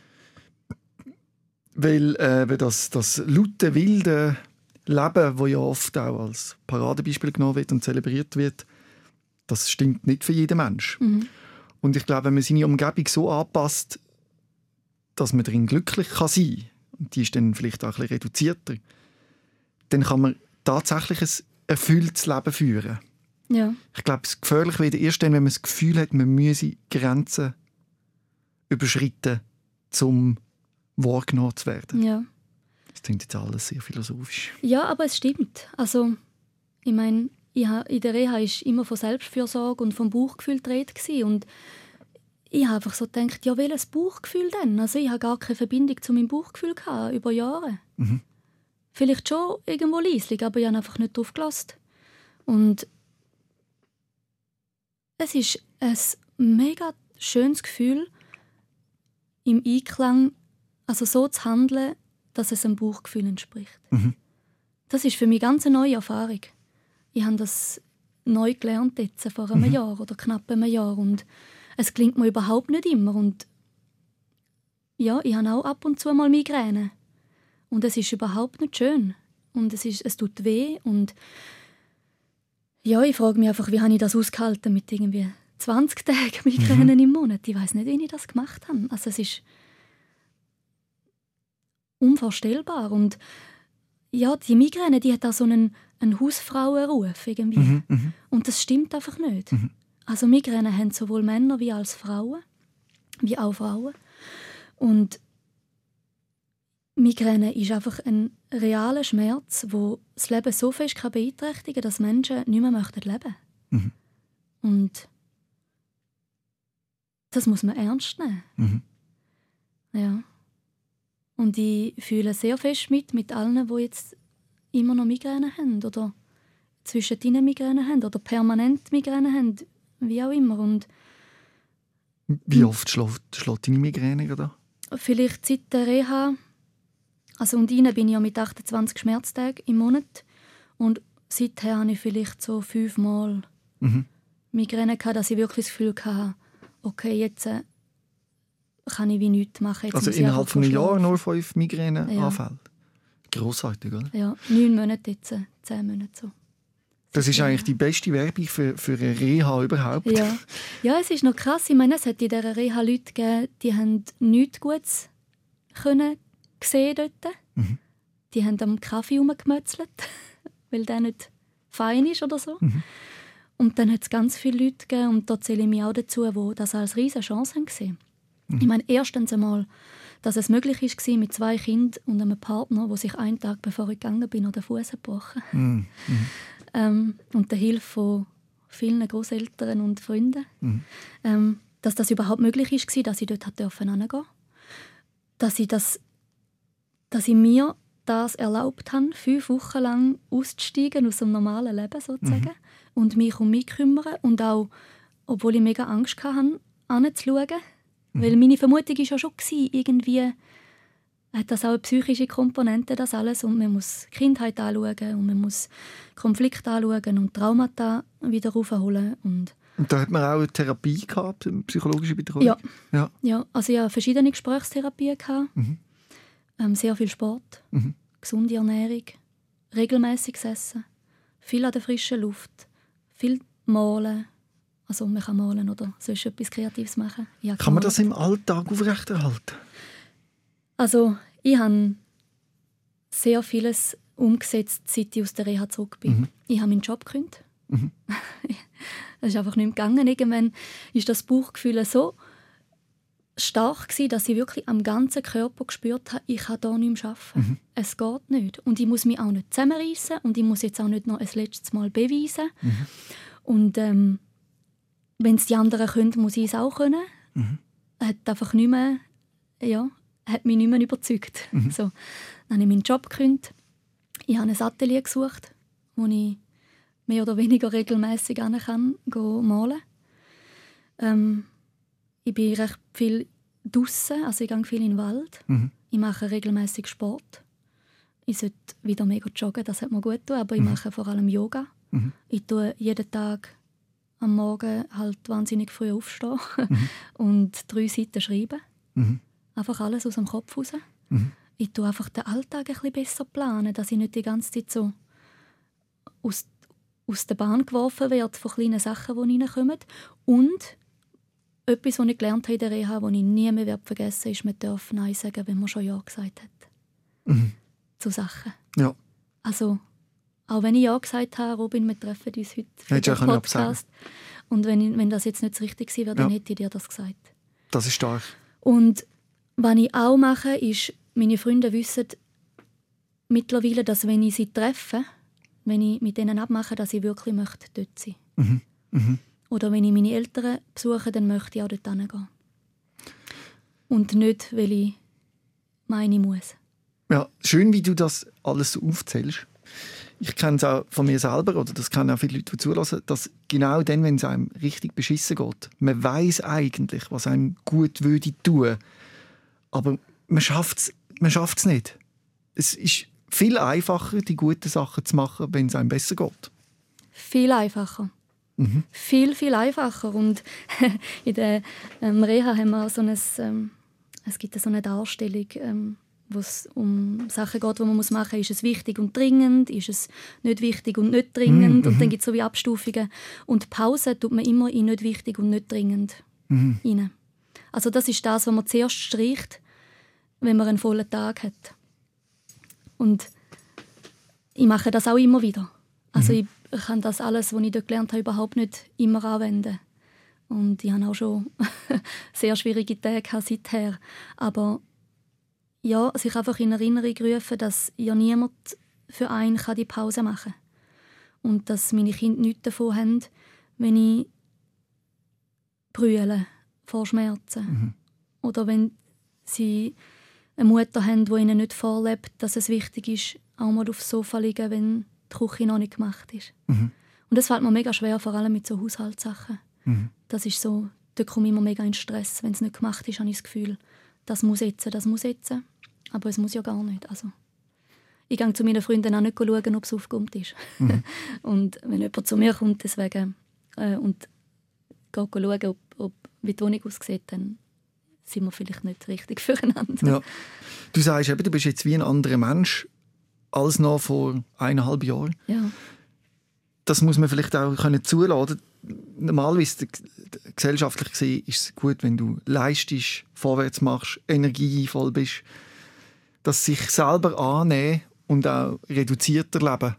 Weil äh, das, das laute, wilde Leben, das ja oft auch als Paradebeispiel genommen wird und zelebriert wird, das stimmt nicht für jeden Menschen. Mhm. Und ich glaube, wenn man seine Umgebung so anpasst, dass man darin glücklich kann sein kann, und die ist dann vielleicht auch ein bisschen reduzierter, dann kann man tatsächlich ein erfülltes Leben führen. Ja. Ich glaube, es gefährlich wird erst dann, wenn man das Gefühl hat, man müsse Grenzen überschreiten, um wahrgenommen zu werden. Ja. Das klingt jetzt alles sehr philosophisch. Ja, aber es stimmt. Also, ich meine, in der Reha war immer von Selbstfürsorge und vom Bauchgefühl die Rede. Und ich habe einfach so gedacht, ja, welches Bauchgefühl denn? Also, ich habe gar keine Verbindung zu meinem Bauchgefühl gehabt, über Jahre. Mhm. Vielleicht schon irgendwo leislich, aber ich habe einfach nicht drauf gelassen. Und es ist ein mega schönes Gefühl, im Einklang, also so zu handeln, dass es einem Bauchgefühl entspricht. Mhm. Das ist für mich ganz eine neue Erfahrung. Ich habe das neu gelernt jetzt, vor einem mhm. Jahr oder knapp einem Jahr. Und es gelingt mir überhaupt nicht immer. Und ja, ich habe auch ab und zu mal Migräne. Und es ist überhaupt nicht schön. Und es, ist, es tut weh. Und ja, ich frage mich einfach, wie habe ich das ausgehalten mit irgendwie zwanzig Tagen Migräne mhm. im Monat. Ich weiß nicht, wie ich das gemacht habe. Also es ist unvorstellbar. Und ja, die Migräne, die hat auch so einen, einen Hausfrauenruf irgendwie. Mhm, mh. Und das stimmt einfach nicht. Mhm. Also Migräne haben sowohl Männer wie als Frauen, wie auch Frauen. Und Migräne ist einfach ein realer Schmerz, der das Leben so fest beeinträchtigen kann, dass Menschen nicht mehr möchten leben. Mhm. Und das muss man ernst nehmen. Mhm. Ja. Und ich fühle sehr fest mit, mit allen, die jetzt immer noch Migräne haben oder zwischendrin Migräne haben oder permanent Migräne haben, wie auch immer. Und wie oft schlägt, schlägt deine Migräne gerade? Vielleicht seit der Reha. Also und rein bin ich ja mit achtundzwanzig Schmerztagen im Monat. Und seither hatte ich vielleicht so fünfmal mhm. Migräne gehabt, dass ich wirklich das Gefühl hatte, okay, jetzt äh, kann ich wie nichts machen. Jetzt also innerhalb von einem Jahr nur fünf Migräneanfälle? Ja. Grossartig, oder? Ja, neun Monate jetzt, zehn Monate so. Das ist eigentlich die beste Werbung für, für eine Reha überhaupt. Ja. Ja, es ist noch krass. Ich meine, es hat in dieser Reha Leute gegeben, die haben nichts Gutes können sehen dort. Mhm. Die haben am Kaffee herumgemötzelt, weil der nicht fein ist oder so. Mhm. Und dann hat es ganz viele Leute gegeben, und da zähle ich mich auch dazu, die das als riesige Chance haben gesehen. Mhm. Ich meine, erstens einmal, dass es möglich war, mit zwei Kindern und einem Partner, der sich einen Tag, bevor ich gegangen bin, den Fuß gebrochen hat. Mhm. Mhm. Ähm, und der Hilfe von, vielen Großeltern und Freunden, mhm. ähm, dass das überhaupt möglich war, dass ich dort hingehen durfte. Dass ich, das, dass ich mir das erlaubt habe, fünf Wochen lang auszusteigen aus dem normalen Leben sozusagen mhm. und mich um mich kümmern und auch, obwohl ich mega Angst hatte, hinzuschauen. Mhm. Weil meine Vermutung war ja schon, irgendwie hat das auch eine psychische Komponente, das alles. Und man muss die Kindheit anschauen und man muss Konflikte anschauen und Traumata wieder aufholen. Und, und da hat man auch eine Therapie gehabt, eine psychologische Betreuung? Ja. ja. ja also ich hatte verschiedene Gesprächstherapien gehabt, mhm. ähm, sehr viel Sport, mhm. gesunde Ernährung, regelmäßiges Essen, viel an der frischen Luft, viel Malen. Also man kann malen oder sonst etwas Kreatives machen. Kann man das im Alltag aufrechterhalten? Also ich habe sehr vieles umgesetzt, seit ich aus der Reha zurück bin. Mhm. Ich habe meinen Job gekündigt. Mhm. Das ist einfach nicht mehr gegangen. Irgendwann war das Bauchgefühl so stark, dass ich wirklich am ganzen Körper gespürt habe, ich kann hier nicht mehr arbeiten. Mhm. Es geht nicht. Und ich muss mich auch nicht zusammenreissen und ich muss jetzt auch nicht noch ein letztes Mal beweisen. Mhm. Und ähm, wenn es die anderen können, muss ich es auch können. Mhm. Hat einfach nicht mehr, ja, hat mich nicht mehr überzeugt. Mhm. So, dann habe ich meinen Job gekündigt. Ich habe ein Atelier gesucht, wo ich mehr oder weniger regelmässig hin kann, malen. Ähm, ich bin recht viel draussen, also ich gehe viel in den Wald. Mhm. Ich mache regelmässig Sport. Ich sollte wieder mega joggen, das hat mir gut getan, aber mhm. ich mache vor allem Yoga. Mhm. Ich tue jeden Tag am Morgen halt wahnsinnig früh aufstehen mhm. und drei Seiten schreiben. Mhm. Einfach alles aus dem Kopf raus. Mhm. Ich tue einfach den Alltag ein bisschen besser planen, dass ich nicht die ganze Zeit so aus, aus der Bahn geworfen werde von kleinen Sachen, die reinkommen. Und etwas, was ich gelernt habe in der Reha, das ich nie mehr vergessen werde, ist, man darf Nein sagen, wenn man schon Ja gesagt hat. Mhm. Zu Sachen. Ja. Also, auch wenn ich Ja gesagt habe, Robin, wir treffen uns heute für den Podcast. Und wenn, ich, wenn das jetzt nicht das Richtige gewesen wäre, dann ja. hätte ich dir das gesagt. Das ist stark. Und was ich auch mache, ist, meine Freunde wissen mittlerweile, dass wenn ich sie treffe, wenn ich mit ihnen abmache, dass ich wirklich möchte dort sein möchte. Mhm. Mhm. Oder wenn ich meine Eltern besuche, dann möchte ich auch dort hingehen. Und nicht, weil ich meine, ich muss. Ja, schön, wie du das alles so aufzählst. Ich kenne es auch von mir selber, oder das kennen auch viele Leute, die zulassen, dass genau dann, wenn es einem richtig beschissen geht, man weiss eigentlich, was einem gut würde tun, aber man schafft es man schafft's nicht. Es ist viel einfacher, die guten Sachen zu machen, wenn es einem besser geht. Viel einfacher. Mhm. Viel, viel einfacher. Und in der ähm, Reha haben wir so ein, ähm, es gibt so eine Darstellung, ähm, wo es um Sachen geht, die man machen muss. Ist es wichtig und dringend? Ist es nicht wichtig und nicht dringend? Mhm. Und dann gibt es so wie Abstufungen. Und Pause tut man immer in nicht wichtig und nicht dringend mhm. rein. Also das ist das, was man zuerst streicht, wenn man einen vollen Tag hat. Und ich mache das auch immer wieder. Also mhm. ich kann das alles, was ich dort gelernt habe, überhaupt nicht immer anwenden. Und ich habe auch schon sehr schwierige Tage seither. Aber ja, sich einfach in Erinnerung rufen, dass ja niemand für einen kann die Pause machen kann. Und dass meine Kinder nichts davon haben, wenn ich brülle vor Schmerzen. Mhm. Oder wenn sie eine Mutter haben, die ihnen nicht vorlebt, dass es wichtig ist, auch mal aufs Sofa liegen, wenn die Küche noch nicht gemacht ist. Mhm. Und das fällt mir mega schwer, vor allem mit so Haushaltssachen. Mhm. Das ist so, da komme ich immer mega in Stress. Wenn es nicht gemacht ist, habe ich das Gefühl, das muss jetzt, das muss jetzt. Aber es muss ja gar nicht. Also, ich gehe zu meinen Freunden auch nicht schauen, ob es aufgeräumt ist. Mhm. Und wenn jemand zu mir kommt deswegen, äh, und geht schauen, ob, ob, wie die Wohnung aussieht, dann sind wir vielleicht nicht richtig füreinander. Ja. Du sagst eben, du bist jetzt wie ein anderer Mensch als noch vor eineinhalb Jahren. Ja. Das muss man vielleicht auch können zulassen. Normalerweise, gesellschaftlich gesehen, ist es gut, wenn du leistest, vorwärts machst, energievoll bist. Das sich selber annehmen und auch reduzierter leben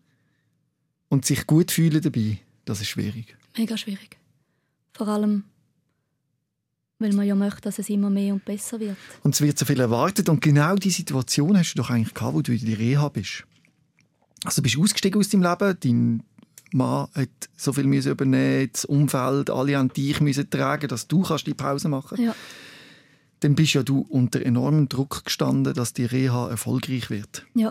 und sich gut fühlen dabei, das ist schwierig. Mega schwierig. Vor allem, weil man ja möchte, dass es immer mehr und besser wird. Und es wird so viel erwartet. Und genau diese Situation hast du doch eigentlich gehabt, wo du in der Reha bist. Also du bist ausgestiegen aus deinem Leben, dein Mann hat so viel müssen übernehmen, das Umfeld, alle an dich müssen tragen, dass du kannst die Pause machen. Ja. Dann bist ja du unter enormem Druck gestanden, dass die Reha erfolgreich wird. Ja.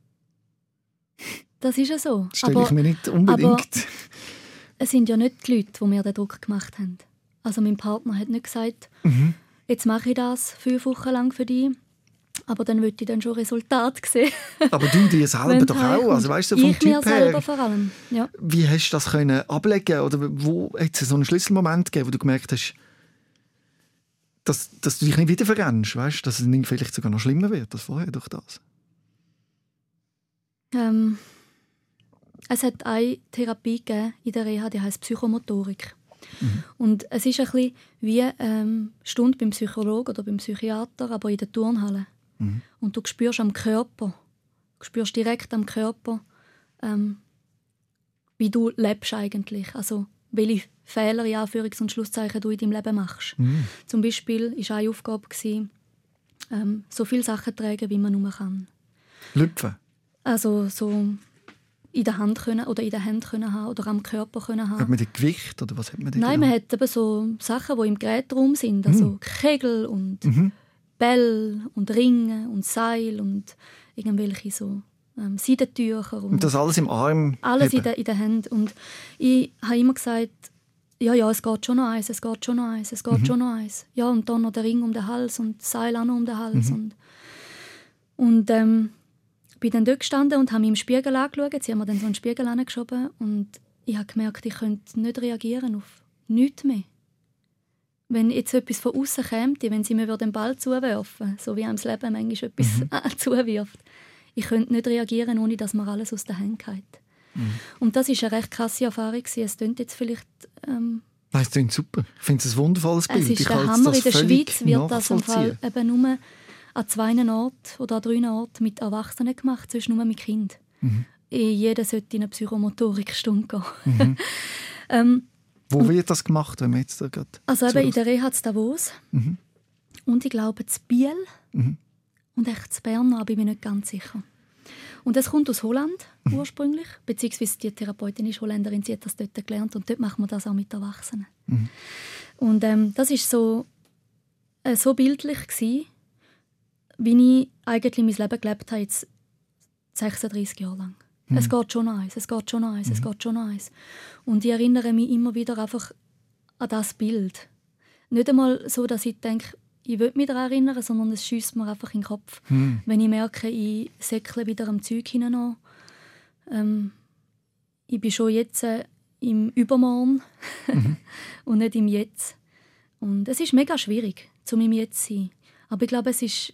Das ist ja so. Das stelle ich mir nicht unbedingt. Aber es sind ja nicht die Leute, die mir den Druck gemacht haben. Also mein Partner hat nicht gesagt, mhm. jetzt mache ich das fünf Wochen lang für dich. Aber dann würde ich dann schon Resultate sehen. Aber du dir selber doch auch, also weißt du, vom ich Typ mir her. Selber vor allem, ja. Wie hast du das können ablegen? Oder wo hat es so einen Schlüsselmoment gegeben, wo du gemerkt hast, dass, dass du dich nicht wieder verrennst, weißt? Dass es vielleicht sogar noch schlimmer wird als vorher durch das? Ähm, es hat eine Therapie gegeben in der Reha, die heisst Psychomotorik. Mhm. Und es ist ein bisschen wie eine ähm, Stunde beim Psychologen oder beim Psychiater, aber in der Turnhalle. Mhm. Und du spürst am Körper, du spürst direkt am Körper, ähm, wie du lebst eigentlich. Also welche Fehler, in Anführungs- und Schlusszeichen, du in deinem Leben machst. Mhm. Zum Beispiel war eine Aufgabe, ähm, so viele Sachen tragen, wie man nur kann. Lüpfen? Also so in der Hand können oder in der Hand können haben oder am Körper können haben. Hat man das Gewicht oder was hat man? Nein, man hat eben so Sachen, die im Gerätraum sind, also mhm. Kegel und mhm. Bälle und Ringe und Seil und irgendwelche so ähm, Seidentücher. Und, und das alles im Arm? Alles in der, in der Hand. Und ich habe immer gesagt, ja, ja, es geht schon noch eins, es geht schon noch eins, es geht mhm. schon noch eins. Ja, und dann noch der Ring um den Hals und das Seil auch noch um den Hals. Mhm. Und, und ähm, ich bin dann dort gestanden und habe mich im Spiegel angeschaut. Sie haben mir dann so einen Spiegel angeschoben und ich habe gemerkt, ich könnte nicht reagieren auf nichts mehr. Wenn jetzt etwas von außen käme, wenn sie mir den Ball zuwerfen, so wie einem das Leben manchmal etwas mhm. zuwirft, ich könnte nicht reagieren, ohne dass mir alles aus den Händen geht. Mhm. Und das war eine recht krasse Erfahrung. Es klingt jetzt vielleicht... Ähm, Nein, es klingt super. Ich finde es ein wundervolles Bild. Es ist ich der Hammer. In der Schweiz wird das im Fall eben nur an zwei Orten oder an drei Orten mit Erwachsenen gemacht, sonst nur mit Kindern. Mhm. Jeder sollte in eine Psychomotorikstunde gehen. Mhm. ähm, Wo wird das gemacht, wenn man jetzt da gerade... Also eben in der Reha in Davos. Mhm. Und ich glaube in Biel. Mhm. Und echt in Bern, aber ich bin nicht ganz sicher. Und das kommt aus Holland mhm. ursprünglich, beziehungsweise die Therapeutin ist Holländerin, sie hat das dort gelernt und dort machen wir das auch mit Erwachsenen. Mhm. Und ähm, das war so, äh, so bildlich gewesen, wie ich eigentlich mein Leben gelebt habe, jetzt sechsunddreissig Jahre lang. Mhm. Es geht schon noch eins, es geht schon noch eins, mhm. es geht schon noch eins. Und ich erinnere mich immer wieder einfach an das Bild. Nicht einmal so, dass ich denke, ich will mich daran erinnern, sondern es schiesst mir einfach in den Kopf. Mhm. Wenn ich merke, ich säckle wieder am Zeug hinein. Ähm, ich bin schon jetzt äh, im Übermorgen mhm. und nicht im Jetzt. Und es ist mega schwierig, um im Jetzt zu sein. Aber ich glaube, es ist,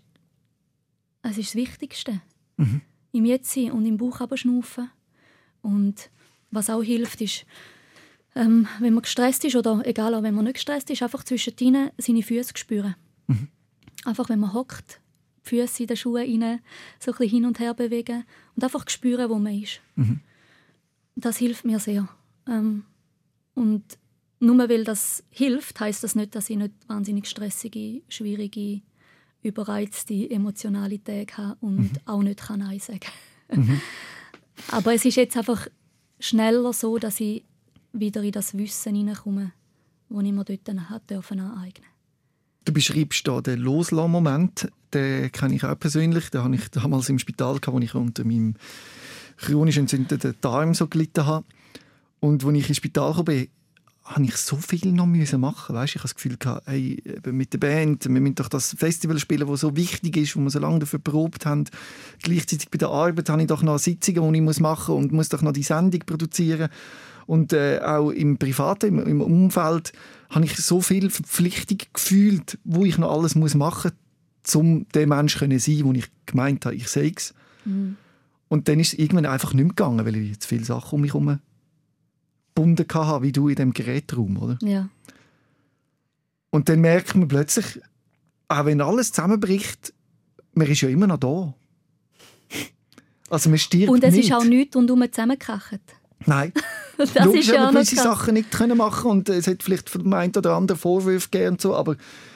es ist das Wichtigste. Mhm. Im Jetzt sein und im Bauch schnaufen. Und was auch hilft, ist, ähm, wenn man gestresst ist oder egal, auch wenn man nicht gestresst ist, einfach zwischendrin seine Füße spüren. Mhm. Einfach, wenn man hockt, die Füße in den Schuhe rein, so ein bisschen hin und her bewegen und einfach spüren, wo man ist. Mhm. Das hilft mir sehr. Ähm, und nur weil das hilft, heisst das nicht, dass ich nicht wahnsinnig stressige, schwierige, überreizte emotionale Tage habe und mhm. auch nicht kann Nein sagen kann. Mhm. Aber es ist jetzt einfach schneller so, dass ich wieder in das Wissen hineinkomme, das ich mir dort aneignen durfte. Du beschreibst hier den Loslassen-Moment, den kenne ich auch persönlich. Den hatte ich damals im Spital, als ich unter meinem chronisch entzündeten Darm so gelitten habe. Und als ich ins Spital kam, musste ich so viel noch machen. Weißt, ich hatte das Gefühl, hey, mit der Band, wir müssen doch das Festival spielen, das so wichtig ist, wo wir so lange dafür probt haben. Gleichzeitig bei der Arbeit habe ich doch noch Sitzungen, die ich machen muss und muss doch noch die Sendung produzieren. Und äh, auch im Privaten, im, im Umfeld, habe ich so viel Verpflichtung gefühlt, wo ich noch alles muss machen muss, um der Mensch zu sein, wo ich gemeint habe, ich sei es. Mhm. Und dann ist es irgendwann einfach nicht mehr gegangen, weil ich zu viele Sachen um mich herum gebunden hatte, wie du in diesem Gerätraum, oder? Ja. Und dann merkt man plötzlich, auch wenn alles zusammenbricht, man ist ja immer noch da. Also man stirbt nicht. Und es nicht. ist auch nichts rundherum zusammengekracht. Nein. Das Logisch, ist ja haben wir gewisse krass. Sachen nicht können machen und es hat vielleicht von dem einen oder anderen Vorwürfe gegeben und so, aber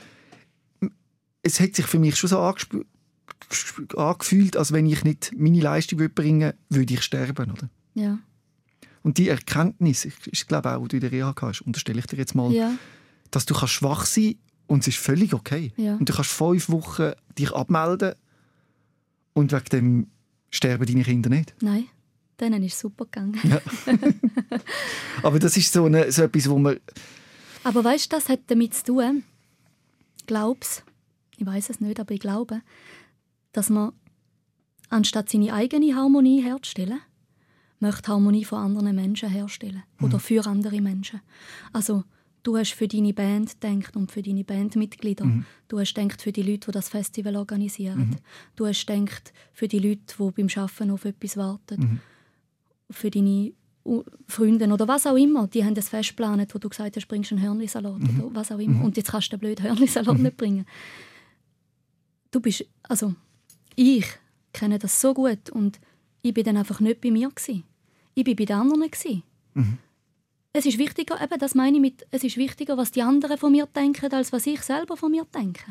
es hat sich für mich schon so angespü- angefühlt, als wenn ich nicht meine Leistung bringen würde, würde ich sterben, oder? Ja. Und die Erkenntnis, ich glaube auch, die du in der Reha hast, unterstelle ich dir jetzt mal, ja. dass du kannst schwach sein und es ist völlig okay. Ja. Und du kannst fünf Wochen dich abmelden und wegen dem sterben deine Kinder nicht. Nein, denen ist es super gegangen. Ja. Aber das ist so, eine, so etwas, wo man... Aber weißt du, das hat damit zu tun, glaub's, ich weiß es nicht, aber ich glaube, dass man anstatt seine eigene Harmonie herzustellen, möchte Harmonie von anderen Menschen herstellen oder mhm. für andere Menschen. Also du hast für deine Band gedacht und für deine Bandmitglieder. Mhm. Du hast gedacht für die Leute, die das Festival organisieren. Mhm. Du hast gedacht für die Leute, die beim Arbeiten auf etwas warten. Mhm. Für deine Freunde oder was auch immer. Die haben das Fest geplant, wo du gesagt hast, bringst einen Hörnli-Salat mhm. oder was auch immer. Mhm. Und jetzt kannst du den blöden Hörnli-Salat mhm. nicht bringen. Du bist, also ich kenne das so gut und ich bin dann einfach nicht bei mir gewesen. Ich bin bei den anderen gewesen. Mhm. Es ist wichtiger, eben, das meine ich mit, es ist wichtiger, was die anderen von mir denken, als was ich selber von mir denke.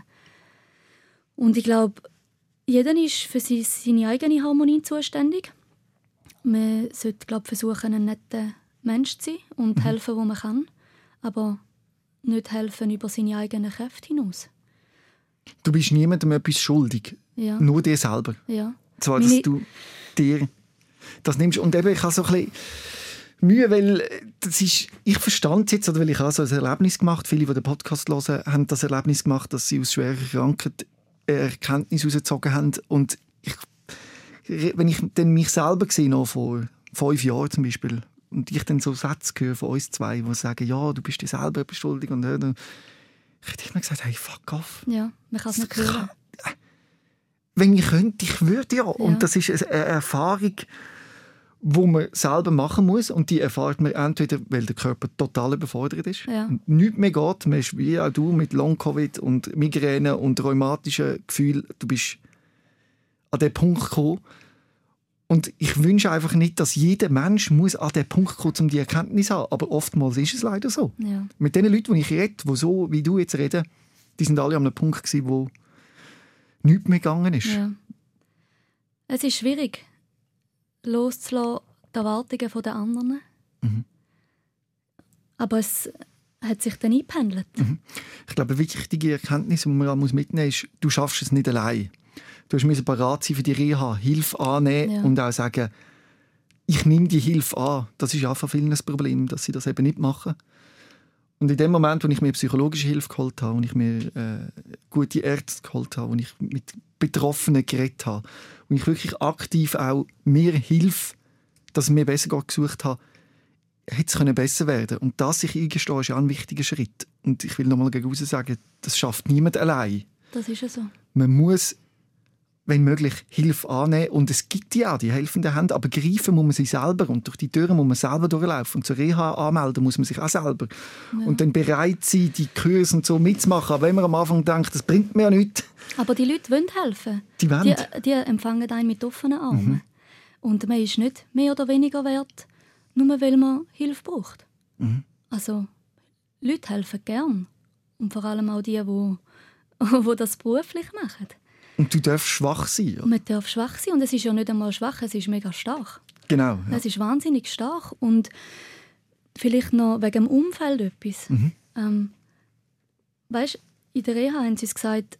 Und ich glaube, jeder ist für seine eigene Harmonie zuständig. Man sollte, glaube ich, versuchen, ein netter Mensch zu sein und mhm. helfen, wo man kann, aber nicht helfen über seine eigenen Kräfte hinaus. Du bist niemandem etwas schuldig, ja. nur dir selber. Ja. Zwar, dass Meine... du dir das nimmst. Und eben, ich habe so ein bisschen Mühe, weil das ist, ich verstand es jetzt, oder weil ich auch so ein Erlebnis gemacht, viele, die den Podcast hören, haben das Erlebnis gemacht, dass sie aus schwerer Krankheit Erkenntnis herausgezogen haben. Und ich, wenn ich dann mich selber sehe, noch vor fünf Jahren zum Beispiel, und ich dann so Sätze höre von uns zwei, die sagen, ja, du bist dir selber etwas schuldig, und dann ich hätte immer gesagt, hey, fuck off. Ja, man kann es nicht hören. Wenn ich könnte, ich würde ja. ja. Und das ist eine Erfahrung, die man selber machen muss. Und die erfahrt man entweder, weil der Körper total überfordert ist. Ja. Und nichts mehr geht. Man ist wie auch du mit Long-Covid und Migräne und rheumatischen Gefühlen. Du bist an den Punkt gekommen. Und ich wünsche einfach nicht, dass jeder Mensch muss an den Punkt kommen, um die Erkenntnis zu haben. Aber oftmals ist es leider so. Ja. Mit den Leuten, die ich rede, die so wie du jetzt reden, die sind alle an einem Punkt gewesen, wo nichts mehr gegangen ist. Ja. Es ist schwierig, loszulassen, die Erwartungen der anderen. Mhm. Aber es hat sich dann eingependelt. Mhm. Ich glaube, eine wichtige Erkenntnis, die man mitnehmen muss, ist, du schaffst es nicht allein. Du musst bereit sein für die Reha, Hilfe annehmen ja. und auch sagen, ich nehme die Hilfe an. Das ist ja von vielen das Problem, dass sie das eben nicht machen. Und in dem Moment, wo ich mir psychologische Hilfe geholt habe, wo ich mir äh, gute Ärzte geholt habe, wo ich mit Betroffenen geredet habe, wo ich wirklich aktiv auch mir Hilfe, dass es mir besser geht, gesucht habe, hätte es besser werden können. Und das sich eingestehen, ist ja ein wichtiger Schritt. Und ich will noch mal gegen raus sagen, das schafft niemand allein. Das ist ja so. Man muss, wenn möglich, Hilfe annehmen. Und es gibt ja die helfenden Hände, aber greifen muss man sie selber. Und durch die Türen muss man selber durchlaufen. Und zur Reha anmelden muss man sich auch selber. Ja. Und dann bereit sein, die Kurse und so mitzumachen. Aber wenn man am Anfang denkt, das bringt mir ja nichts. Aber die Leute wollen helfen. Die wollen. Die, die empfangen einen mit offenen Armen. Mhm. Und man ist nicht mehr oder weniger wert, nur weil man Hilfe braucht. Mhm. Also, Leute helfen gern. Und vor allem auch die, die, die das beruflich machen. Und du darfst schwach sein. Ja? Man darf schwach sein. Und es ist ja nicht einmal schwach, es ist mega stark. Genau. Ja. Es ist wahnsinnig stark. Und vielleicht noch wegen dem Umfeld etwas. Mhm. Ähm, weißt, in der Reha haben sie gesagt,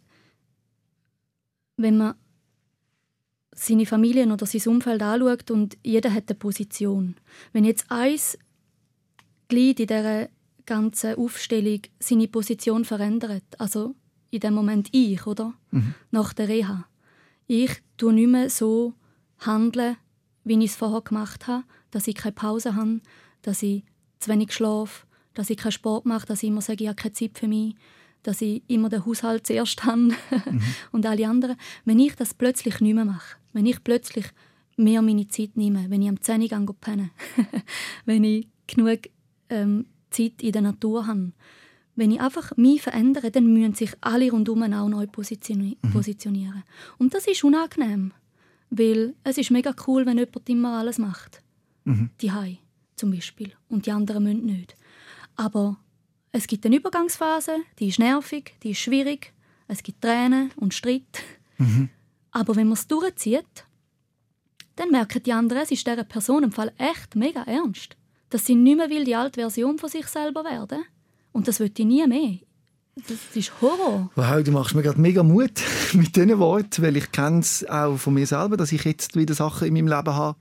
wenn man seine Familie oder sein Umfeld anschaut und jeder hat eine Position. Wenn jetzt eins Glied in dieser ganzen Aufstellung seine Position verändert, also in dem Moment ich, oder? Mhm. Nach der Reha. Ich tue nicht mehr so handeln, wie ich es vorher gemacht habe, dass ich keine Pause habe, dass ich zu wenig schlafe, dass ich keinen Sport mache, dass ich immer sage, ich habe keine Zeit für mich, dass ich immer den Haushalt zuerst habe mhm. und alle anderen. Wenn ich das plötzlich nicht mehr mache, wenn ich plötzlich mehr meine Zeit nehme, wenn ich am zehn Uhr penne, wenn ich genug ähm, Zeit in der Natur habe, wenn ich einfach mich verändere, dann müssen sich alle rundherum auch neu positioni- mhm. positionieren. Und das ist unangenehm, weil es ist mega cool, wenn jemand immer alles macht. Mhm. Die Hai zum Beispiel. Und die anderen müssen nicht. Aber es gibt eine Übergangsphase, die ist nervig, die ist schwierig. Es gibt Tränen und Streit. Mhm. Aber wenn man es durchzieht, dann merken die anderen, es ist dieser Person im Fall echt mega ernst. dass sie nicht mehr will, die alte Version von sich selber werden. Und das will ich nie mehr. Das ist Horror. Wow, du machst mir gerade mega Mut mit diesen Worten, weil ich kenne es auch von mir selber, dass ich jetzt wieder Sachen in meinem Leben habe,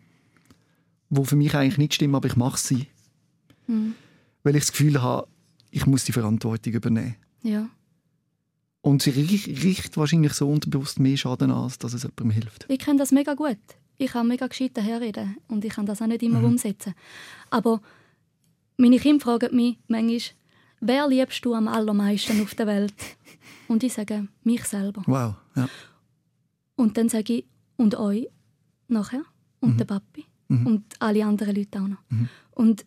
die für mich eigentlich nicht stimmen, aber ich mache sie. Mhm. Weil ich das Gefühl habe, ich muss die Verantwortung übernehmen. Ja. Und sie riecht wahrscheinlich so unterbewusst mehr Schaden an, dass es jemandem hilft. Ich kenne das mega gut. Ich kann mega gescheit daherreden und ich kann das auch nicht immer mhm. umsetzen. Aber meine Kinder fragen mich manchmal, wer liebst du am allermeisten auf der Welt? Und ich sage, mich selber. Wow, ja. Und dann sage ich, und euch nachher, und mhm. der Papi, mhm. und alle anderen Leute auch noch. Mhm. Und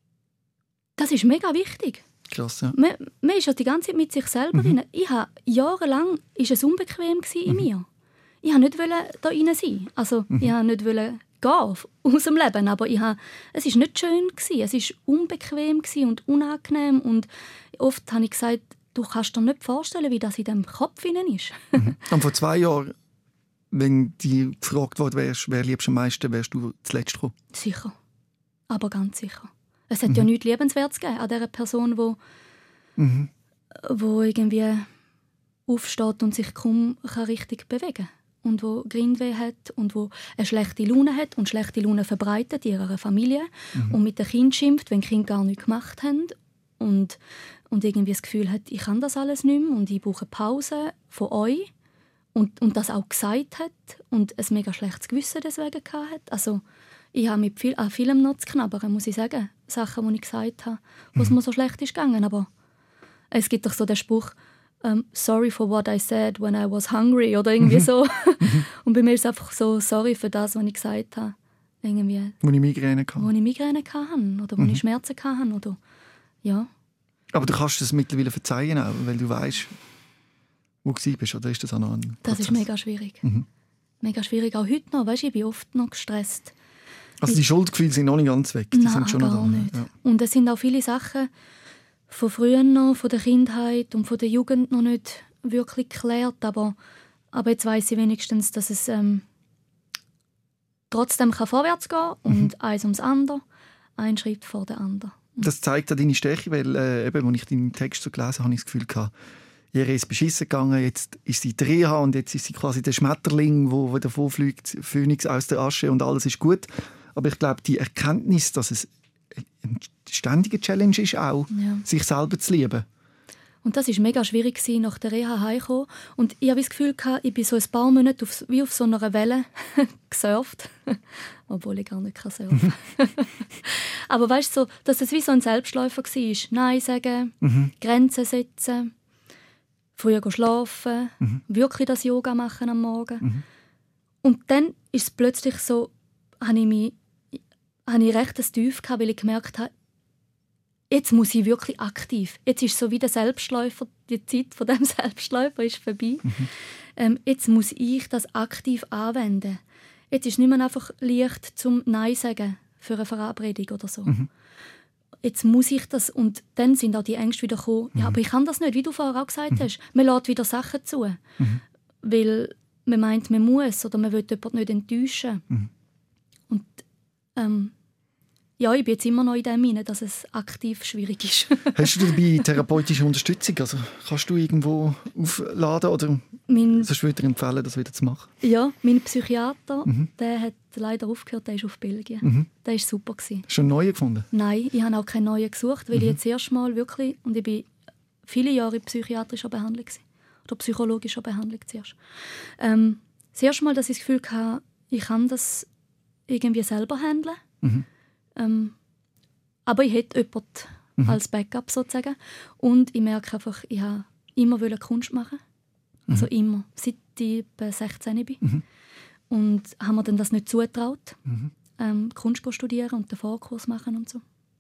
das ist mega wichtig. Krass, ja. Man, man ist ja die ganze Zeit mit sich selber mhm. rein. Ich habe jahrelang war es unbequem in mhm. mir. Ich wollte nicht da rein sein. Also, mhm. ich wollte nicht gehen aus dem Leben, aber ich habe, es war nicht schön. Es war unbequem und unangenehm. Und oft habe ich gesagt, du kannst dir nicht vorstellen, wie das in deinem Kopf hinein ist. Mhm. Und vor zwei Jahren, wenn du gefragt worden wärst, wer liebst du am meisten, wärst du zuletzt gekommen? Sicher. Aber ganz sicher. Es hat mhm. ja nichts Liebenswertes gegeben an dieser Person, die mhm. wo irgendwie aufsteht und sich kaum richtig bewegen kann. Und wo Grindweh hat und wo eine schlechte Laune hat und schlechte Laune verbreitet in ihrer Familie mhm. und mit den Kindern schimpft, wenn die Kinder gar nichts gemacht haben und, und irgendwie das Gefühl hat, ich kann das alles nicht mehr und ich brauche Pause von euch und, und das auch gesagt hat und ein mega schlechtes Gewissen deswegen hatte. Also ich habe mit viel, an vielem noch zu knabbern, muss ich sagen. Sachen, die ich gesagt habe, wo es mhm. mir so schlecht ist gegangen. Aber es gibt doch so den Spruch, um, «Sorry for what I said when I was hungry» oder irgendwie so. Und bei mir ist es einfach so «Sorry für das, was ich gesagt habe». Irgendwie, wo ich Migräne hatte. Wo ich Migräne hatte oder wo mhm. ich Schmerzen hatte. Oder, ja. Aber du kannst das mittlerweile verzeihen, auch, weil du weißt, wo du bist, oder ist das auch noch ein Prozess? Das ist mega schwierig. Mhm. Mega schwierig, auch heute noch. Weißt, ich bin oft noch gestresst. Also die Schuldgefühle sind noch nicht ganz weg? Die Nein, sind schon gar noch da. nicht. Ja. Und es sind auch viele Sachen von früher noch, von der Kindheit und von der Jugend noch nicht wirklich geklärt. Aber, aber jetzt weiss ich wenigstens, dass es ähm, trotzdem kann vorwärts gehen kann und mhm. eins ums andere, ein Schritt vor der anderen. Das zeigt auch deine Stärke, weil äh, eben, als ich deinen Text so gelesen habe, habe ich das Gefühl gehabt, ihr ist beschissen gegangen, jetzt ist sie in der Reha und jetzt ist sie quasi der Schmetterling, der davonfliegt, Phönix aus der Asche und alles ist gut. Aber ich glaube, die Erkenntnis, dass es eine ständige Challenge ist, auch, ja. sich selber zu lieben. Und das war mega schwierig, nach der Reha heimzukommen. Und ich habe das Gefühl, ich bin so ein paar Monate auf, wie auf so einer Welle gesurft. Obwohl ich gar nicht surfen kann. Aber weißt du, so, dass es wie so ein Selbstläufer war. Nein sagen, mhm. Grenzen setzen, früher schlafen, mhm. wirklich das Yoga machen am Morgen. Mhm. Und dann ist es plötzlich so, habe ich mich habe ich recht ein Tief gehabt, weil ich gemerkt habe, jetzt muss ich wirklich aktiv. Jetzt ist so wie der Selbstläufer, die Zeit von dem Selbstläufer ist vorbei. Mhm. Ähm, jetzt muss ich das aktiv anwenden. Jetzt ist es nicht mehr einfach leicht zum Nein sagen für eine Verabredung oder so. Mhm. Jetzt muss ich das, und dann sind auch die Ängste wieder gekommen, mhm. ja, aber ich kann das nicht, wie du vorher auch gesagt mhm. hast. Man lässt wieder Sachen zu, mhm. weil man meint, man muss oder man will jemanden nicht enttäuschen. Mhm. Und ähm, ja, ich bin jetzt immer noch in dem hinein, dass es aktiv schwierig ist. Hast du dabei therapeutische Unterstützung? Also kannst du irgendwo aufladen oder mein, sonst würde ich dir empfehlen, das wieder zu machen? Ja, mein Psychiater, mhm. der hat leider aufgehört, der ist auf Belgien. Mhm. Der war super. Gewesen. Hast du einen neuen gefunden? Nein, ich habe auch keinen neuen gesucht, weil mhm. ich jetzt erst mal wirklich, und ich bin viele Jahre in psychiatrischer Behandlung gewesen, oder psychologischer Behandlung zuerst. Ähm, das erste Mal, dass ich das Gefühl hatte, ich kann das irgendwie selber handeln. Mhm. Ähm, aber ich hätte jemanden mhm. als Backup sozusagen. Und ich merke einfach, ich wollte immer Kunst machen. Also mhm. immer, seit ich sechzehn bin. Mhm. Und haben mir dann das nicht zugetraut, mhm. ähm, Kunst zu studieren und den Vorkurs machen und so.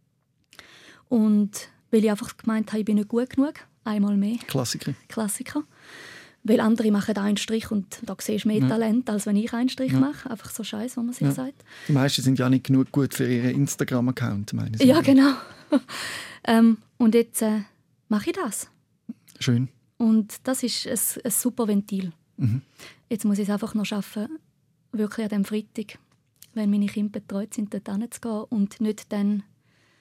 Und weil ich einfach gemeint habe, ich bin nicht gut genug, einmal mehr. Klassiker. Klassiker. Weil andere machen einen Strich und da siehst du mehr ja. Talent, als wenn ich einen Strich ja. mache. Einfach so Scheiß, wie man sich ja. sagt. Die meisten sind ja nicht genug gut für ihren Instagram-Account, meine ich. Ja, genau. ähm, und jetzt äh, mache ich das. Schön. Und das ist ein, ein super Ventil. Mhm. Jetzt muss ich es einfach noch schaffen, wirklich an diesem Freitag, wenn meine Kinder betreut sind, dort hinzugehen und nicht dann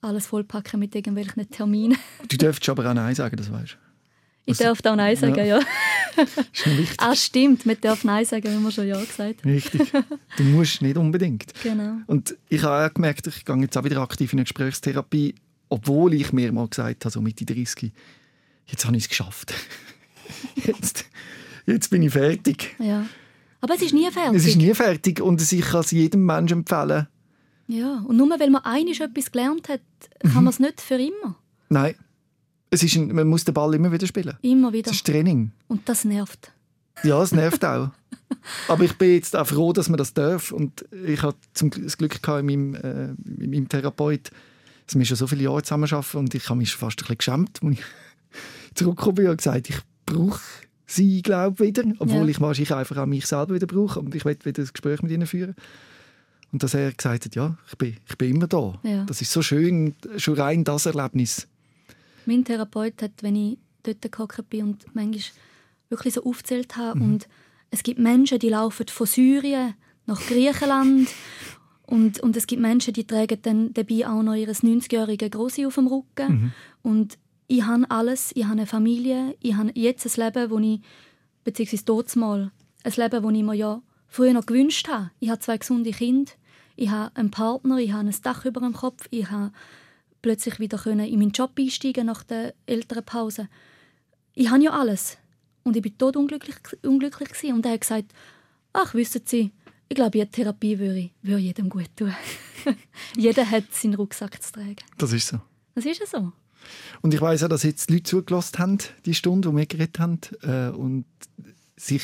alles vollpacken mit irgendwelchen Terminen. Du dürftest aber auch Nein sagen, das weißt du. Ich darf auch Nein sagen, ja. ja. Ist noch wichtig. Ah, stimmt, man darf Nein sagen, wenn man schon Ja gesagt hat. Richtig. Du musst nicht unbedingt. Genau. Und ich habe auch gemerkt, ich gehe jetzt auch wieder aktiv in eine Gesprächstherapie, obwohl ich mir mal gesagt habe, so Mitte dreißig, jetzt habe ich es geschafft. jetzt, jetzt bin ich fertig. Ja. Aber es ist nie fertig. Es ist nie fertig und ich kann es jedem Menschen empfehlen. Ja, und nur weil man einmal etwas gelernt hat, kann mhm. man es nicht für immer. Nein. Es ist ein, man muss den Ball immer wieder spielen. Immer wieder. Das ist Training. Und das nervt. Ja, es nervt auch. Aber ich bin jetzt auch froh, dass man das darf. Und ich hatte zum das Glück gehabt in meinem, äh, in meinem Therapeut, dass wir schon so viele Jahre zusammen arbeiten. Und ich habe mich fast ein bisschen geschämt, als ich zurückgekommen bin und gesagt, ich brauche sie, glaube ich, wieder. Obwohl ja. ich wahrscheinlich einfach auch mich selber wieder brauche. Und ich möchte wieder ein Gespräch mit ihnen führen. Und dass er gesagt hat, ja, ich bin, ich bin immer da. Ja. Das ist so schön, schon rein das Erlebnis. Mein Therapeut hat, wenn ich dort gehockt bin und manchmal wirklich so aufgezählt habe, mhm. und es gibt Menschen, die laufen von Syrien nach Griechenland und, und es gibt Menschen, die tragen dann dabei auch noch ihr neunzigjähriges Grossi auf dem Rücken. Mhm. Und ich habe alles, ich habe eine Familie, ich habe jetzt ein Leben, wo ich, beziehungsweise totsmal, ein Leben, das ich mir ja früher noch gewünscht habe. Ich habe zwei gesunde Kinder, ich habe einen Partner, ich habe ein Dach über dem Kopf, ich habe plötzlich wieder in meinen Job einsteigen nach der Elternpause. Ich habe ja alles. Und ich war tot unglücklich, unglücklich gewesen. Und er hat gesagt, ach, wissen Sie, ich glaube, jede Therapie würde, würde jedem gut tun. Jeder hat seinen Rucksack zu tragen. Das ist so. Das ist ja so. Und ich weiss auch, dass jetzt die Leute zugelassen haben, die Stunde, die wir geredet haben, äh, und sich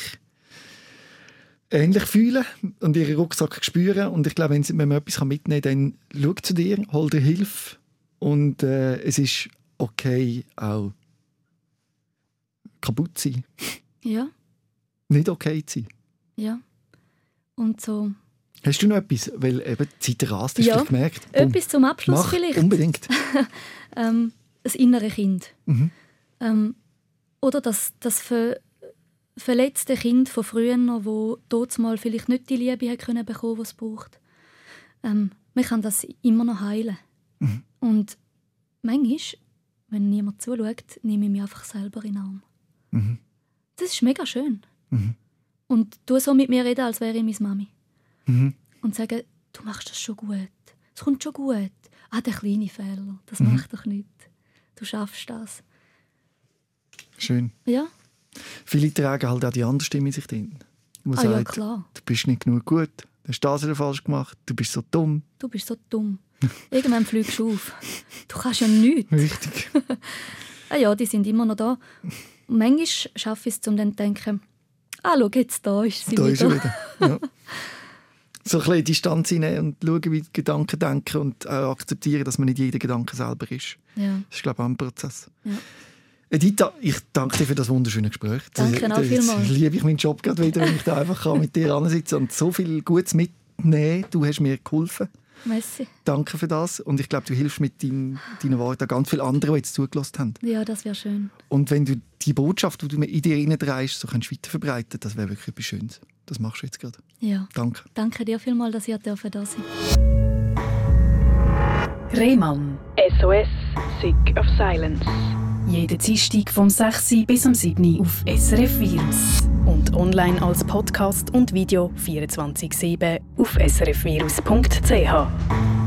ähnlich fühlen und ihren Rucksack spüren. Und ich glaube, wenn man etwas mitnehmen kann, dann schau zu dir, hol dir Hilfe. Und äh, es ist okay, auch kaputt zu sein. Ja. Nicht okay zu sein. Ja. Und so... Hast du noch etwas? Weil eben die Zeit rast, hast ja. du gemerkt. Boom. Etwas zum Abschluss Mach, vielleicht. Unbedingt. ähm, das innere Kind. Mhm. Ähm, oder das, das ver verletzte Kind von früher, das damals vielleicht nicht die Liebe hat können bekommen, die es braucht. Ähm, man kann das immer noch heilen. Mhm. Und manchmal, wenn niemand zuschaut, nehme ich mich einfach selber in den Arm. Mhm. Das ist mega schön. Mhm. Und du so mit mir reden, als wäre ich meine Mami. Mhm. Und sagen, du machst das schon gut. Es kommt schon gut. Ah, der kleine Fehler, das mhm. macht doch nichts. Du schaffst das. Schön. Ja. Viele tragen halt auch die andere Stimme in sich drin. Die ah, sagt, ja, klar. Du bist nicht genug gut, du hast das wieder falsch gemacht, du bist so dumm. Du bist so dumm. Irgendwann fliegst du auf. Du kannst ja nichts. Richtig. ah ja, die sind immer noch da. Und manchmal schaffe ich es, um dann zu denken, ah, schau, jetzt da ist sie da wieder. Ist sie wieder. Ja. So ein bisschen Distanz hinnehmen und schauen, wie die Gedanken denken und auch akzeptieren, dass man nicht jeder Gedanke selber ist. Ja. Das ist, glaube ich, auch ein Prozess. Ja. Edita, ich danke dir für das wunderschöne Gespräch. Danke das, auch vielmals. Jetzt liebe ich meinen Job gerade wieder, wenn ich da einfach mit dir ansitzen und so viel Gutes mitnehmen. Du hast mir geholfen. Merci. Danke für das. Und ich glaube, du hilfst mit dein, deinen Worten ganz vielen anderen, die jetzt zugelassen haben. Ja, das wäre schön. Und wenn du die Botschaft, die du in dir hineintreibst, so kannst weiter verbreiten, das wäre wirklich etwas Schönes. Das machst du jetzt gerade. Ja. Danke. Danke dir vielmals, dass ihr da sein dürft. Rehmann. S O S, Sick of Silence. Jeden Dienstag vom sechs Uhr bis am sieben Uhr auf S R F Virus. Und online als Podcast und Video vierundzwanzig sieben auf s r f virus punkt c h.